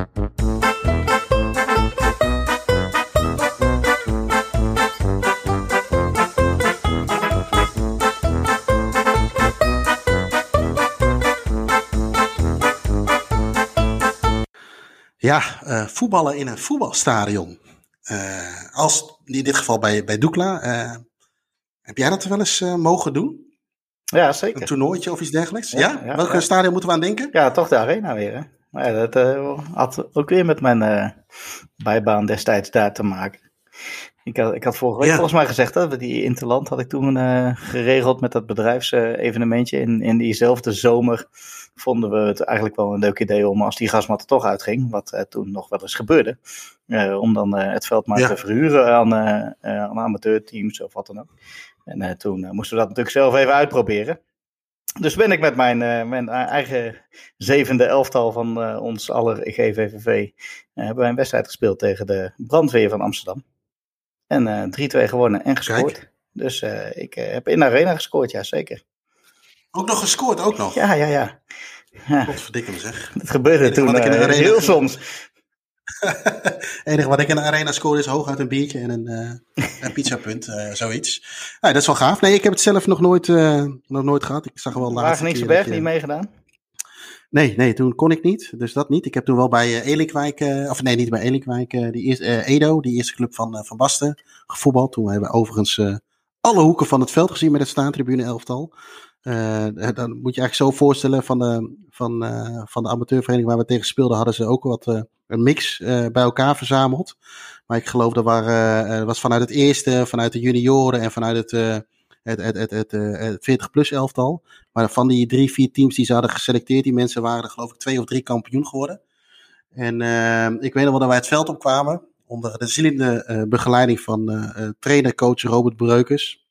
Ja, voetballen in een voetbalstadion. Als in dit geval bij Dukla. Heb jij dat wel eens mogen doen? Ja, zeker. Een toernooitje of iets dergelijks? Ja? Welke stadion moeten we aan denken? Ja, toch de Arena weer. Hè? Maar ja, dat had ook weer met mijn bijbaan destijds daar te maken. Ik had vorige week volgens mij gezegd dat die Interland had ik toen geregeld met dat bedrijfsevenementje. In diezelfde zomer vonden we het eigenlijk wel een leuk idee om, als die gasmat er toch uitging, wat toen nog wel eens gebeurde, om dan het veld maar te verhuren aan amateurteams of wat dan ook. En toen moesten we dat natuurlijk zelf even uitproberen. Dus ben ik met mijn eigen 7e elftal van ons aller GVVV hebben wij een wedstrijd gespeeld tegen de brandweer van Amsterdam. En 3-2 gewonnen en gescoord. Dus ik heb in de arena gescoord, ja zeker. Ook nog gescoord, ook nog? Ja. Godverdikke me zeg. Dat gebeurde toen heel soms. Het enige wat ik in de arena scoorde is hooguit een biertje en een pizzapunt, zoiets. Dat is wel gaaf. Nee, ik heb het zelf nog nooit gehad. Ik zag wel laatst. Wageningse Berg niet meegedaan? Nee, toen kon ik niet. Dus dat niet. Ik heb toen wel bij Elinkwijk, niet bij Elinkwijk, Edo, die eerste club van Basten, gevoetbald. Toen hebben we overigens alle hoeken van het veld gezien met het staantribune elftal. Dan moet je eigenlijk zo voorstellen van de amateurvereniging waar we tegen speelden, hadden ze ook wat een mix bij elkaar verzameld. Maar ik geloof dat was vanuit het eerste, vanuit de junioren en vanuit het 40-plus elftal. Maar van die 3-4 teams die ze hadden geselecteerd, die mensen waren er geloof ik 2 of 3 kampioen geworden. En ik weet nog wel dat wij het veld opkwamen onder de zielende begeleiding van trainer-coach Robert Breukers.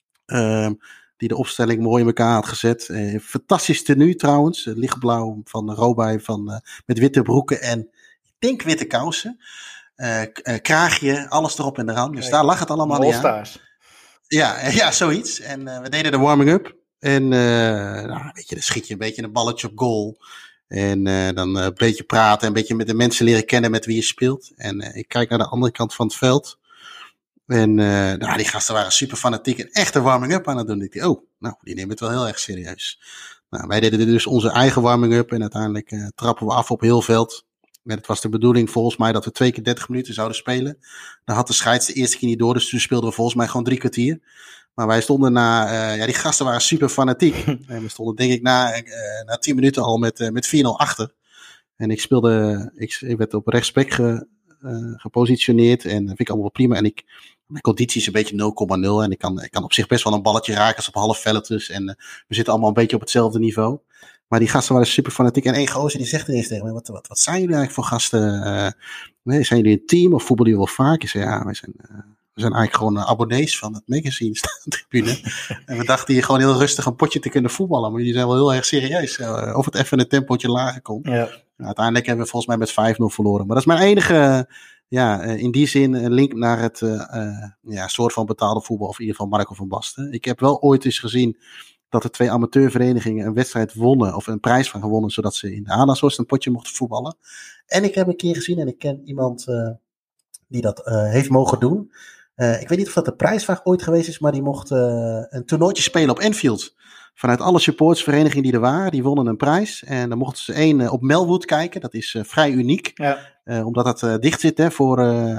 Die de opstelling mooi in elkaar had gezet. Fantastisch tenue trouwens. Lichtblauw van Robij met witte broeken en ik denk witte kousen. Kraagje, alles erop en eraan. Dus daar lag het allemaal niet aan. Ja, zoiets. En we deden de warming-up. En weet je, dan schiet je een beetje een balletje op goal. En dan een beetje praten. Een beetje met de mensen leren kennen met wie je speelt. En ik kijk naar de andere kant van het veld. En die gasten waren super fanatiek en echt een warming-up aan het doen. Ik dacht, die nemen het wel heel erg serieus. Wij deden dus onze eigen warming-up en uiteindelijk trappen we af op heel veld. En het was de bedoeling volgens mij dat we 2 keer 30 minuten zouden spelen. Dan had de scheids de eerste keer niet door, dus toen speelden we volgens mij gewoon 3 kwartier. Maar wij stonden die gasten waren super fanatiek. En we stonden denk ik na 10 minuten al met 4-0 achter. En ik werd op rechtsback gepositioneerd en dat vind ik allemaal wel prima. En mijn conditie is een beetje 0,0 en ik kan op zich best wel een balletje raken als op half velletjes. En we zitten allemaal een beetje op hetzelfde niveau. Maar die gasten waren super fanatiek. En één gozer die zegt ineens tegen me, wat zijn jullie eigenlijk voor gasten? Zijn jullie een team of voetballen jullie wel vaak? Ik zei, ja, we zijn eigenlijk gewoon abonnees van het magazine Staantribune. En we dachten hier gewoon heel rustig een potje te kunnen voetballen. Maar jullie zijn wel heel erg serieus. Of het even een tempootje lager komt. Ja. Uiteindelijk hebben we volgens mij met 5-0 verloren. Maar dat is mijn enige, in die zin een link naar het soort van betaalde voetbal. Of in ieder geval Marco van Basten. Ik heb wel ooit eens gezien dat er 2 amateurverenigingen een wedstrijd wonnen. Of een prijs van gewonnen. Zodat ze in de Adershorst een potje mochten voetballen. En ik heb een keer gezien en ik ken iemand die dat heeft mogen doen. Ik weet niet of dat de prijsvraag ooit geweest is, maar die mocht een toernooitje spelen op Anfield. Vanuit alle supportersverenigingen die er waren, die wonnen een prijs. En dan mochten ze 1 op Melwood kijken. Dat is vrij uniek, omdat dat dicht zit voor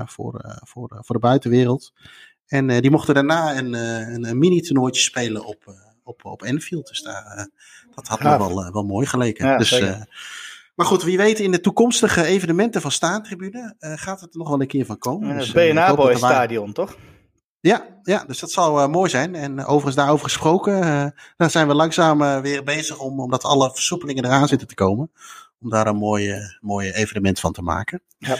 de buitenwereld. En die mochten daarna een mini-toernooitje spelen op Anfield. Dus dat had me wel mooi geleken. Ja, dus, maar goed, wie weet in de toekomstige evenementen van Staantribune gaat het er nog wel een keer van komen. Het BNA Boys stadion, toch? Ja, dus dat zal mooi zijn. En overigens daarover gesproken, dan zijn we langzaam weer bezig omdat alle versoepelingen eraan zitten te komen. Om daar een mooi evenement van te maken.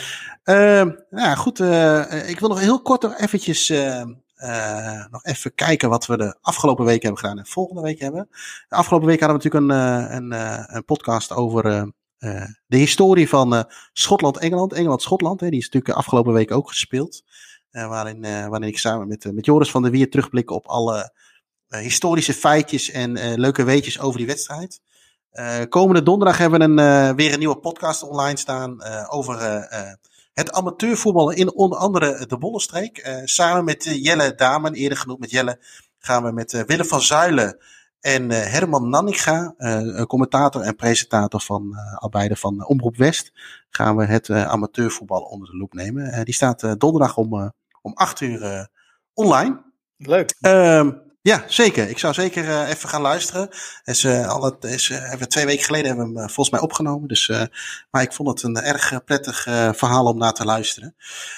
Ja. Goed, ik wil nog heel kort nog eventjes nog even kijken wat we de afgelopen week hebben gedaan en volgende week hebben. De afgelopen week hadden we natuurlijk een podcast over de historie van Schotland-Engeland. Engeland-Schotland, die is natuurlijk afgelopen week ook gespeeld. Waarin ik samen met Joris van der Wier terugblik op alle historische feitjes en leuke weetjes over die wedstrijd. Komende donderdag hebben we weer een nieuwe podcast online staan over het amateurvoetballen in onder andere de Bollenstreek. Samen met Jelle Damen, eerder genoemd met Jelle, gaan we met Willem van Zuilen en Herman Nanninga, commentator en presentator van beide van Omroep West, gaan we het amateurvoetbal onder de loep nemen. Die staat donderdag om 8:00 online. Leuk. Ja, zeker. Ik zou zeker even gaan luisteren. Hebben we 2 weken geleden hebben we hem volgens mij opgenomen. Dus, maar ik vond het een erg prettig verhaal om naar te luisteren.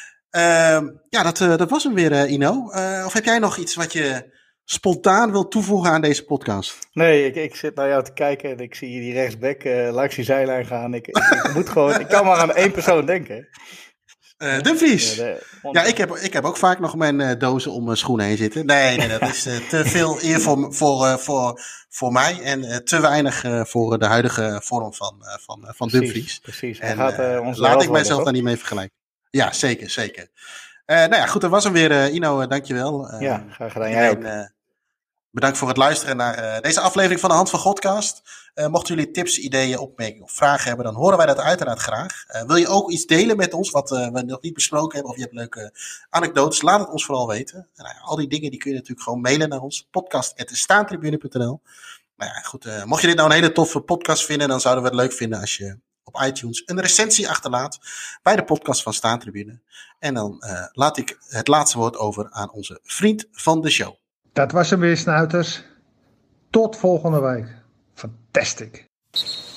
Dat was hem weer, Ino. Of heb jij nog iets wat je spontaan wil toevoegen aan deze podcast? Nee, ik zit naar jou te kijken en ik zie je die rechtsback langs die zijlijn gaan. Ik kan maar aan 1 persoon denken. Dumfries. Ja, ik heb ook vaak nog mijn dozen om mijn schoenen heen zitten. Nee, dat is te veel eer voor mij en te weinig voor de huidige vorm van Dumfries. Precies. En laat ik mijzelf daar niet mee vergelijken. Ja, zeker. Nou ja, goed, dat was hem weer. Ino, dankjewel. Ja, graag gedaan. Jij ook. Bedankt voor het luisteren naar deze aflevering van de Hand van Godcast. Mochten jullie tips, ideeën, opmerkingen of vragen hebben, dan horen wij dat uiteraard graag. Wil je ook iets delen met ons wat we nog niet besproken hebben, of je hebt leuke anekdotes, laat het ons vooral weten. Nou ja, al die dingen die kun je natuurlijk gewoon mailen naar ons, podcast@staantribune.nl. Nou ja, goed, mocht je dit nou een hele toffe podcast vinden, dan zouden we het leuk vinden als je op iTunes een recensie achterlaat bij de podcast van Staantribune. En dan laat ik het laatste woord over aan onze vriend van de show. Dat was hem weer, snuiters. Tot volgende week. Fantastic.